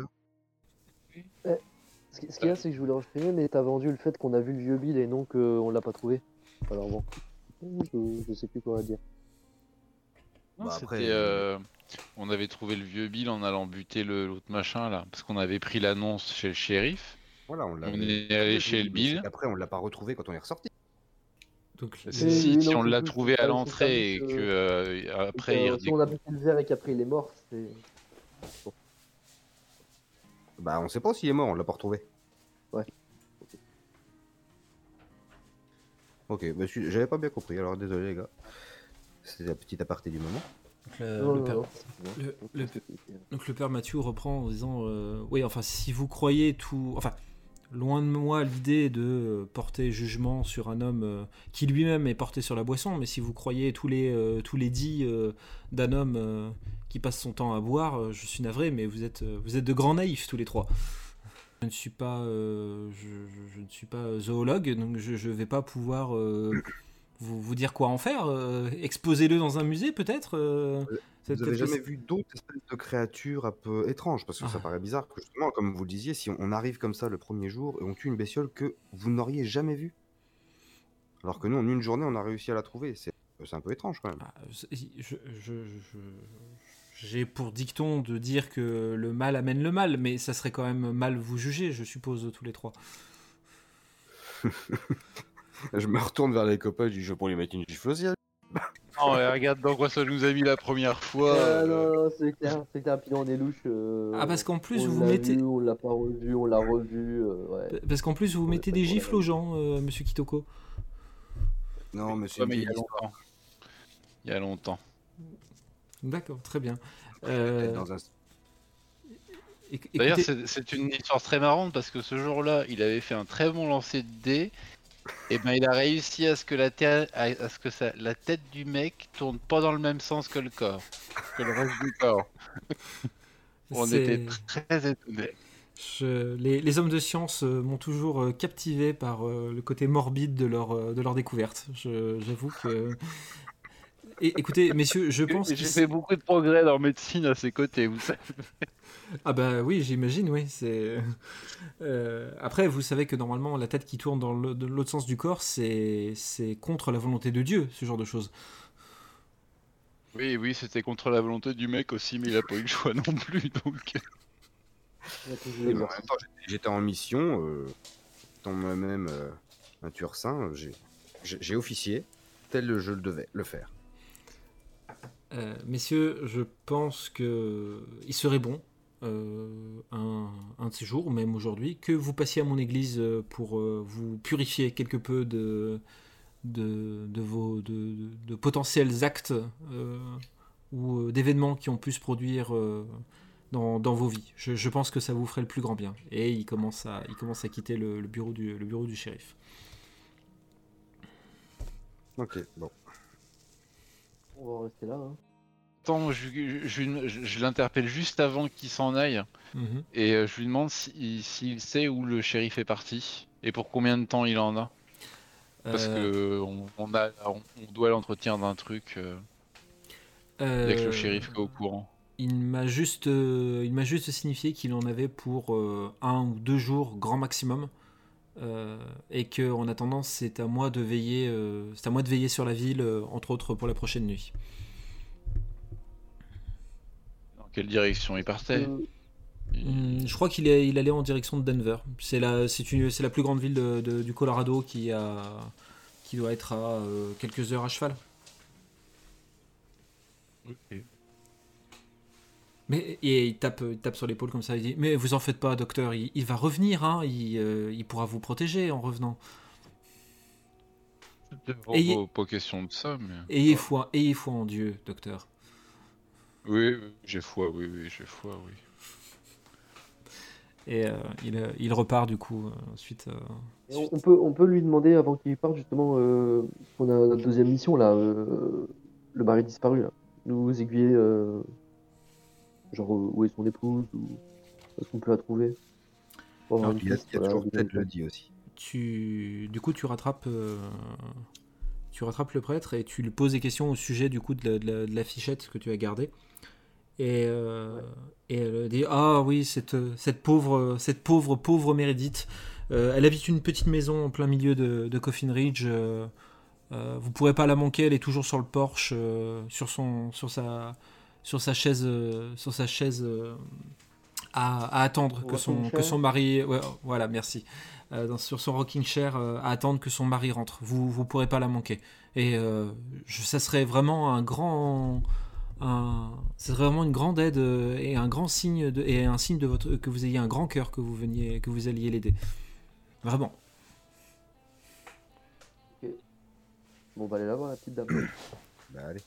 S5: Ce qu'il y a, c'est que je voulais enchaîner, mais t'as vendu le fait qu'on a vu le vieux Bill et non qu'on l'a pas trouvé. Alors bon, je sais plus quoi dire.
S4: Non,
S3: Bah,
S4: c'était. On avait trouvé le vieux Bill en allant buter l'autre machin là, parce qu'on avait pris l'annonce chez le shérif.
S3: Voilà, on
S4: est allé chez le Bill.
S3: Après, on l'a pas retrouvé quand on est ressorti.
S1: Donc,
S4: si on l'a trouvé à l'entrée et que après
S5: si on a buté le verre et qu'après il est mort, c'est. Bon.
S3: Bah, on sait pas s'il est mort, on l'a pas retrouvé.
S5: Ouais.
S3: Ok, bah, j'avais pas bien compris, alors désolé les gars. C'était la petite aparté du moment.
S1: Donc le père Mathieu reprend en disant oui, enfin, si vous croyez tout. Enfin, loin de moi l'idée de porter jugement sur un homme qui lui-même est porté sur la boisson, mais si vous croyez tous les dits d'un homme qui passe son temps à boire, je suis navré, mais vous êtes de grands naïfs tous les trois. Je ne suis pas, je ne suis pas zoologue, donc je vais pas pouvoir vous dire quoi en faire. Exposez-le dans un musée peut-être.
S3: Vous n'avez jamais vu d'autres espèces de créatures un peu étranges? Parce que ça paraît bizarre que justement, comme vous le disiez, si on arrive comme ça le premier jour et on tue une bestiole que vous n'auriez jamais vue. Alors que nous, en une journée, on a réussi à la trouver. C'est un peu étrange quand même.
S1: J'ai pour dicton de dire que le mal amène le mal, mais ça serait quand même mal vous juger, je suppose, tous les trois.
S3: Je me retourne vers les copains, je dis je vais pour lui mettre une gifle au ciel.
S4: Oh, regarde dans quoi ça nous a mis la première fois.
S5: Non, c'est clair, puis on est louche.
S1: Parce qu'en plus
S5: vous mettez. On l'a pas revu, on l'a revu. Ouais.
S1: Parce qu'en plus vous mettez des gifles aux gens, monsieur Kitoko.
S3: Non, mais c'est
S4: il y a longtemps. Il y a longtemps.
S1: D'accord, très bien.
S4: D'ailleurs, c'est une histoire très marrante parce que ce jour-là, il avait fait un très bon lancer de dés. Et ben, il a réussi à ce que la tête du mec tourne pas dans le même sens que le corps, que le reste du corps. On était très étonnés.
S1: Les hommes de science m'ont toujours captivé par le côté morbide de leur découverte. J'avoue que Écoutez, messieurs, je pense
S4: J'ai fait beaucoup de progrès dans médecine à ses côtés, vous savez.
S1: Ah bah oui, j'imagine, oui. Après, vous savez que normalement, la tête qui tourne de l'autre sens du corps, c'est contre la volonté de Dieu, ce genre de choses.
S4: Oui, c'était contre la volonté du mec aussi, mais il a pas eu le choix non plus, donc...
S3: Et en même temps, j'étais en mission, étant moi-même un tueur saint, j'ai officié, tel je le devais le faire.
S1: Messieurs, je pense que il serait bon, un de ces jours, ou même aujourd'hui, que vous passiez à mon église pour vous purifier quelque peu de vos de potentiels actes ou d'événements qui ont pu se produire dans vos vies. Je pense que ça vous ferait le plus grand bien. Et il commence à quitter le bureau du shérif.
S3: Ok, bon.
S5: On va rester là. Hein.
S4: Attends, je l'interpelle juste avant qu'il s'en aille, et je lui demande s'il sait où le shérif est parti, et pour combien de temps il en a. Parce que on doit l'entretien d'un truc avec le shérif qui est au courant.
S1: Il m'a juste signifié qu'il en avait pour 1 ou 2 jours grand maximum, et que en attendant c'est à moi de veiller sur la ville, entre autres pour la prochaine nuit.
S4: Dans quelle direction il partait?
S1: Je crois qu'il allait en direction de Denver. C'est la plus grande ville du Colorado qui doit être à quelques heures à cheval.
S4: Ok.
S1: Mais et il tape sur l'épaule comme ça, il dit mais vous en faites pas, docteur, il va revenir, hein, il pourra vous protéger en revenant.
S4: Pas question de ça, mais...
S1: Ayez foi en Dieu, docteur.
S4: Oui, j'ai foi, oui, j'ai foi, oui.
S1: Et il repart du coup ensuite.
S5: On peut lui demander avant qu'il parte justement qu'on a notre deuxième mission là, le mari disparu là. Nous aiguiller genre où est son épouse ou est-ce qu'on peut la trouver.
S3: Alors, il y a toujours peut-être le dit aussi.
S1: Tu rattrapes le prêtre et tu lui poses des questions au sujet du coup de la fichette que tu as gardée. Et elle dit ah oui, cette pauvre Meredith, elle habite une petite maison en plein milieu de Coffin Ridge. Vous pourrez pas la manquer, elle est toujours sur le porche, sur sa chaise à attendre que son mari, ouais, voilà, merci, sur son rocking chair, à attendre que son mari rentre. Vous pourrez pas la manquer. Et ça serait vraiment c'est vraiment une grande aide et un grand signe un signe de votre que vous ayez un grand cœur, que vous alliez l'aider. Vraiment.
S5: Ok. Bon, on va aller la voir, la petite dame.
S3: Bah allez.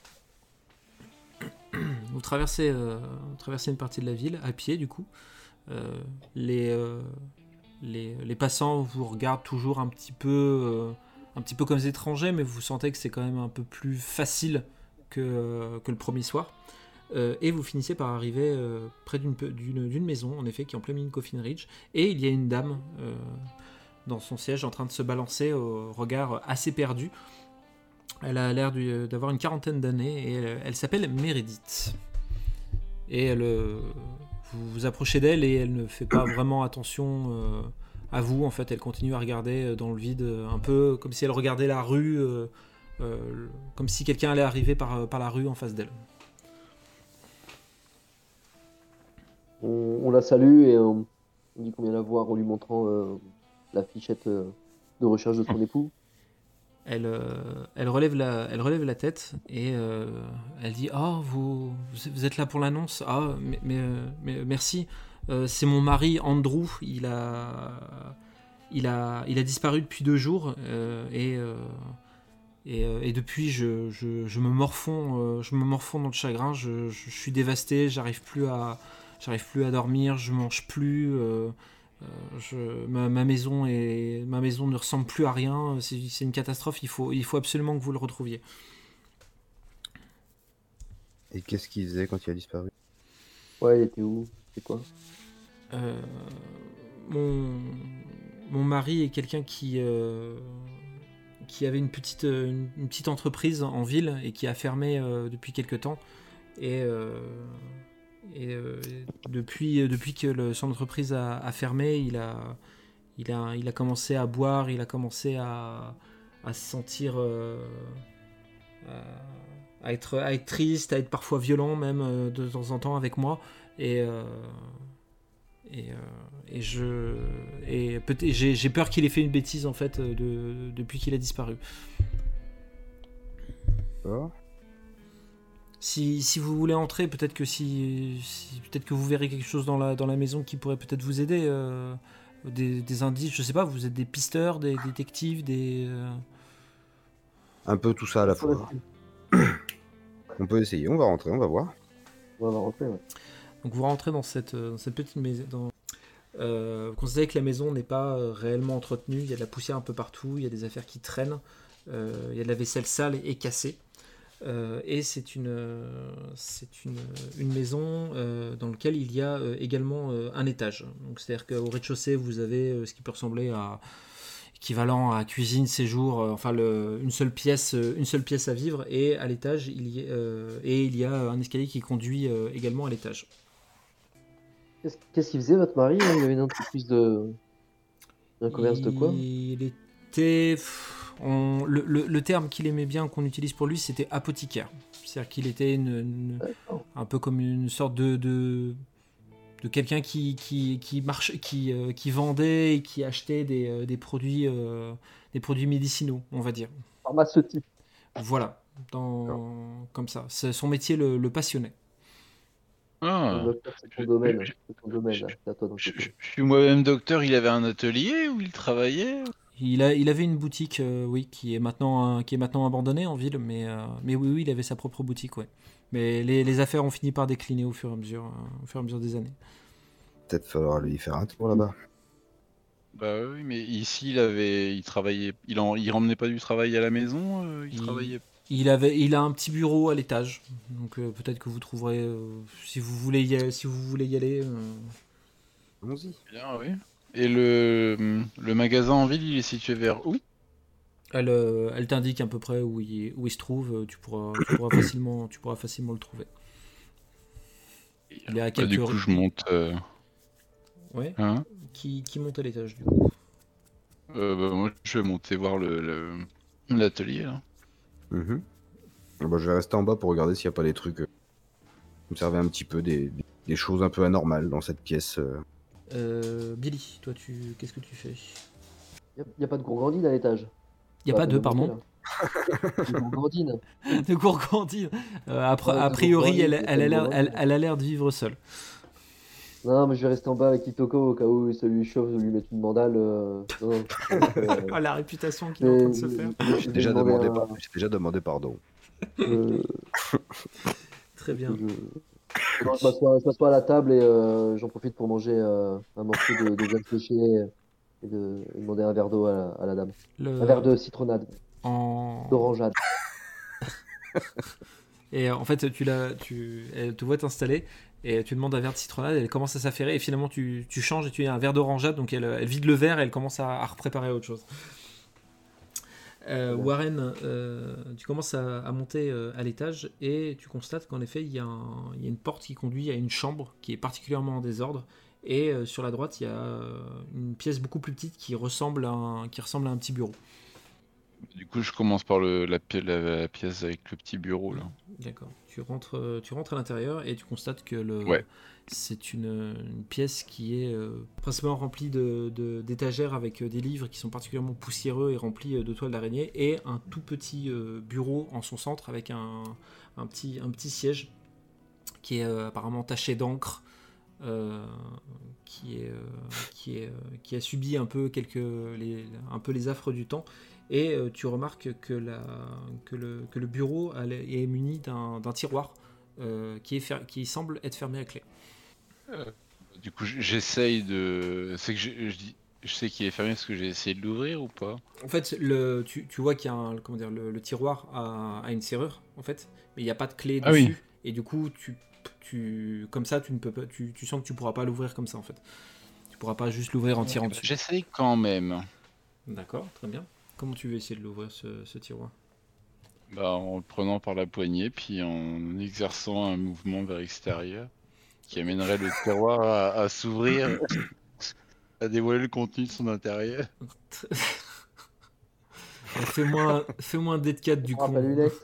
S1: Vous traversez une partie de la ville à pied du coup. Les passants vous regardent toujours un petit peu comme des étrangers, mais vous sentez que c'est quand même un peu plus facile que le premier soir. Et vous finissez par arriver près d'une maison, en effet, qui est en plein milieu de Coffin Ridge. Et il y a une dame dans son siège en train de se balancer, au regard assez perdu. Elle a l'air d'avoir une 40aine d'années et elle s'appelle Meredith. Et vous vous approchez d'elle et elle ne fait pas vraiment attention à vous. En fait, elle continue à regarder dans le vide, un peu comme si elle regardait la rue, comme si quelqu'un allait arriver par la rue en face d'elle.
S5: On la salue et on dit qu'on vient la voir en lui montrant la fichette de recherche de son époux.
S1: Elle relève la tête et elle dit ah vous êtes là pour l'annonce, ah mais merci, c'est mon mari Andrew, il a disparu depuis 2 jours et depuis je me morfonds dans le chagrin, je suis dévasté, j'arrive plus à dormir, je mange plus. Ma maison ne ressemble plus à rien, c'est une catastrophe, il faut absolument que vous le retrouviez.
S3: Et qu'est-ce qu'il faisait quand il a disparu?
S5: Ouais, il était où? C'est quoi?
S1: Mon mari est quelqu'un qui qui avait une petite entreprise en ville et qui a fermé depuis quelques temps. Et depuis que son entreprise a fermé, il a commencé à boire, il a commencé à se sentir, à être triste, à être parfois violent même de temps en temps avec moi. J'ai peur qu'il ait fait une bêtise en fait depuis qu'il a disparu.
S3: D'accord.
S1: Si vous voulez entrer, peut-être que peut-être que vous verrez quelque chose dans la maison qui pourrait peut-être vous aider, des indices, je sais pas. Vous êtes des pisteurs, des détectives,
S3: Un peu tout ça à la fois. On peut essayer, on va rentrer, on va voir.
S5: On va rentrer, ouais.
S1: Donc vous rentrez dans cette petite maison. Vous constatez que la maison n'est pas réellement entretenue. Il y a de la poussière un peu partout, il y a des affaires qui traînent, il y a de la vaisselle sale et cassée. Et c'est une maison dans laquelle il y a également un étage. Donc c'est-à-dire qu'au rez-de-chaussée, vous avez ce qui peut ressembler à équivalent à cuisine, séjour, une seule pièce à vivre, et à l'étage il y a un escalier qui conduit également à l'étage.
S5: Qu'est-ce qu'il faisait, votre mari? Il avait une entreprise un commerce de quoi?
S1: Il était... Le terme qu'il aimait bien qu'on utilise pour lui, c'était apothicaire. C'est-à-dire qu'il était un peu comme une sorte de quelqu'un qui vendait et qui achetait des produits médicinaux, on va dire.
S5: Pharmaceutique.
S1: Voilà, comme ça. Son métier le passionnait.
S4: Ah,
S5: Docteur, c'est ton domaine.
S4: je-
S5: C'est ton domaine, là. C'est à toi
S4: je
S5: d'enquêter.
S4: suis moi-même docteur, il avait un atelier où il travaillait?
S1: Il avait une boutique, oui, qui est maintenant abandonnée en ville, mais oui, il avait sa propre boutique, ouais. Mais les affaires ont fini par décliner au fur et à mesure des années.
S3: Peut-être falloir lui faire un tour là-bas.
S4: Bah oui, mais ici il travaillait, il ramenait pas du travail à la maison, il
S1: Il-
S4: travaillait.
S1: Il a un petit bureau à l'étage, donc peut-être que vous trouverez, si vous voulez y aller.
S3: Allons-y.
S4: Bien, oui. Et le magasin en ville, il est situé vers où?
S1: Elle t'indique à peu près où il se trouve. Tu pourras facilement le trouver. Il est à
S4: Bah,
S1: quelques
S4: du coup, je monte.
S1: Ouais.
S4: Hein
S1: Qui monte à l'étage du coup.
S4: Bah, moi, je vais monter voir l'atelier là.
S3: Mhm. Bah, je vais rester en bas pour regarder s'il n'y a pas des trucs observer un petit peu des choses un peu anormales dans cette pièce.
S1: Billy, toi, qu'est-ce que tu fais?
S5: Il n'y a pas de gourgandine à l'étage.
S1: Il n'y a pas de, pardon.
S5: De gourgandine.
S1: De gourgandine. A
S5: de
S1: priori,
S5: gourgandine,
S1: elle a l'air de vivre seule.
S5: Non, mais je vais rester en bas avec Kitoko au cas où ça lui chauffe de lui mettre une mandale. Non,
S1: La réputation qu'il est en train de se faire.
S3: J'ai déjà demandé pardon.
S1: Très bien.
S5: Non, je m'assois à la table et j'en profite pour manger un morceau de viande séchée et demander un verre d'eau à la dame. Un verre de citronnade, d'orangeade.
S1: Et en fait, elle te voit t'installer et tu demandes un verre de citronnade, elle commence à s'affairer et finalement tu changes et tu as un verre d'orangeade, donc elle vide le verre et elle commence à repréparer autre chose. Warren, tu commences à monter à l'étage et tu constates qu'en effet il y a une porte qui conduit à une chambre qui est particulièrement en désordre, et sur la droite il y a une pièce beaucoup plus petite qui ressemble à un petit bureau.
S4: Du coup, je commence par la pièce avec le petit bureau là.
S1: D'accord. Tu rentres à l'intérieur et tu constates que
S4: Ouais.
S1: c'est une pièce qui est principalement remplie d'étagères avec des livres qui sont particulièrement poussiéreux et remplis de toiles d'araignée, et un tout petit bureau en son centre avec un petit siège qui est apparemment taché d'encre, qui a subi un peu les affres du temps. Et tu remarques que le bureau est muni d'un tiroir qui semble être fermé à clé.
S4: Du coup, j'essaye de. C'est que je sais qu'il est fermé parce que j'ai essayé de l'ouvrir ou pas?
S1: En fait, tu vois qu'il y a le tiroir a une serrure en fait, mais il n'y a pas de clé dessus.
S4: Oui.
S1: Et du coup, comme ça, tu ne peux pas, tu sens que tu pourras pas l'ouvrir comme ça en fait. Tu pourras pas juste l'ouvrir en tirant dessus.
S4: J'essaye quand même.
S1: D'accord, très bien. Comment tu veux essayer de l'ouvrir ce tiroir?
S4: Bah, en le prenant par la poignée, puis en exerçant un mouvement vers l'extérieur qui amènerait le tiroir à s'ouvrir, à dévoiler le contenu de son intérieur.
S1: Fais-moi un dé de 4 du
S5: Ah,
S1: con.
S5: pas lunettes.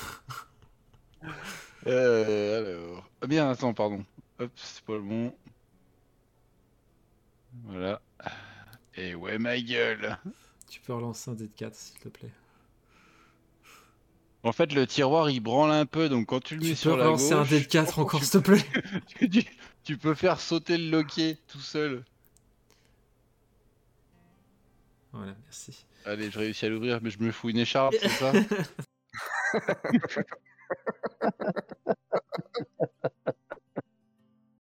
S4: Alors. Ah bien, attends, pardon. Hop, c'est pas le bon. Voilà. Et ouais, ma gueule.
S1: Tu peux relancer un dé de 4 s'il te plaît.
S4: En fait, le tiroir il branle un peu, donc quand tu le mets
S1: Tu peux
S4: sur la
S1: relancer un dé de
S4: gauche,
S1: 4 encore s'il te plaît.
S4: tu peux faire sauter le loquet tout seul.
S1: Voilà, merci.
S4: Allez, je réussis à l'ouvrir, mais je me fous une écharpe, c'est ça?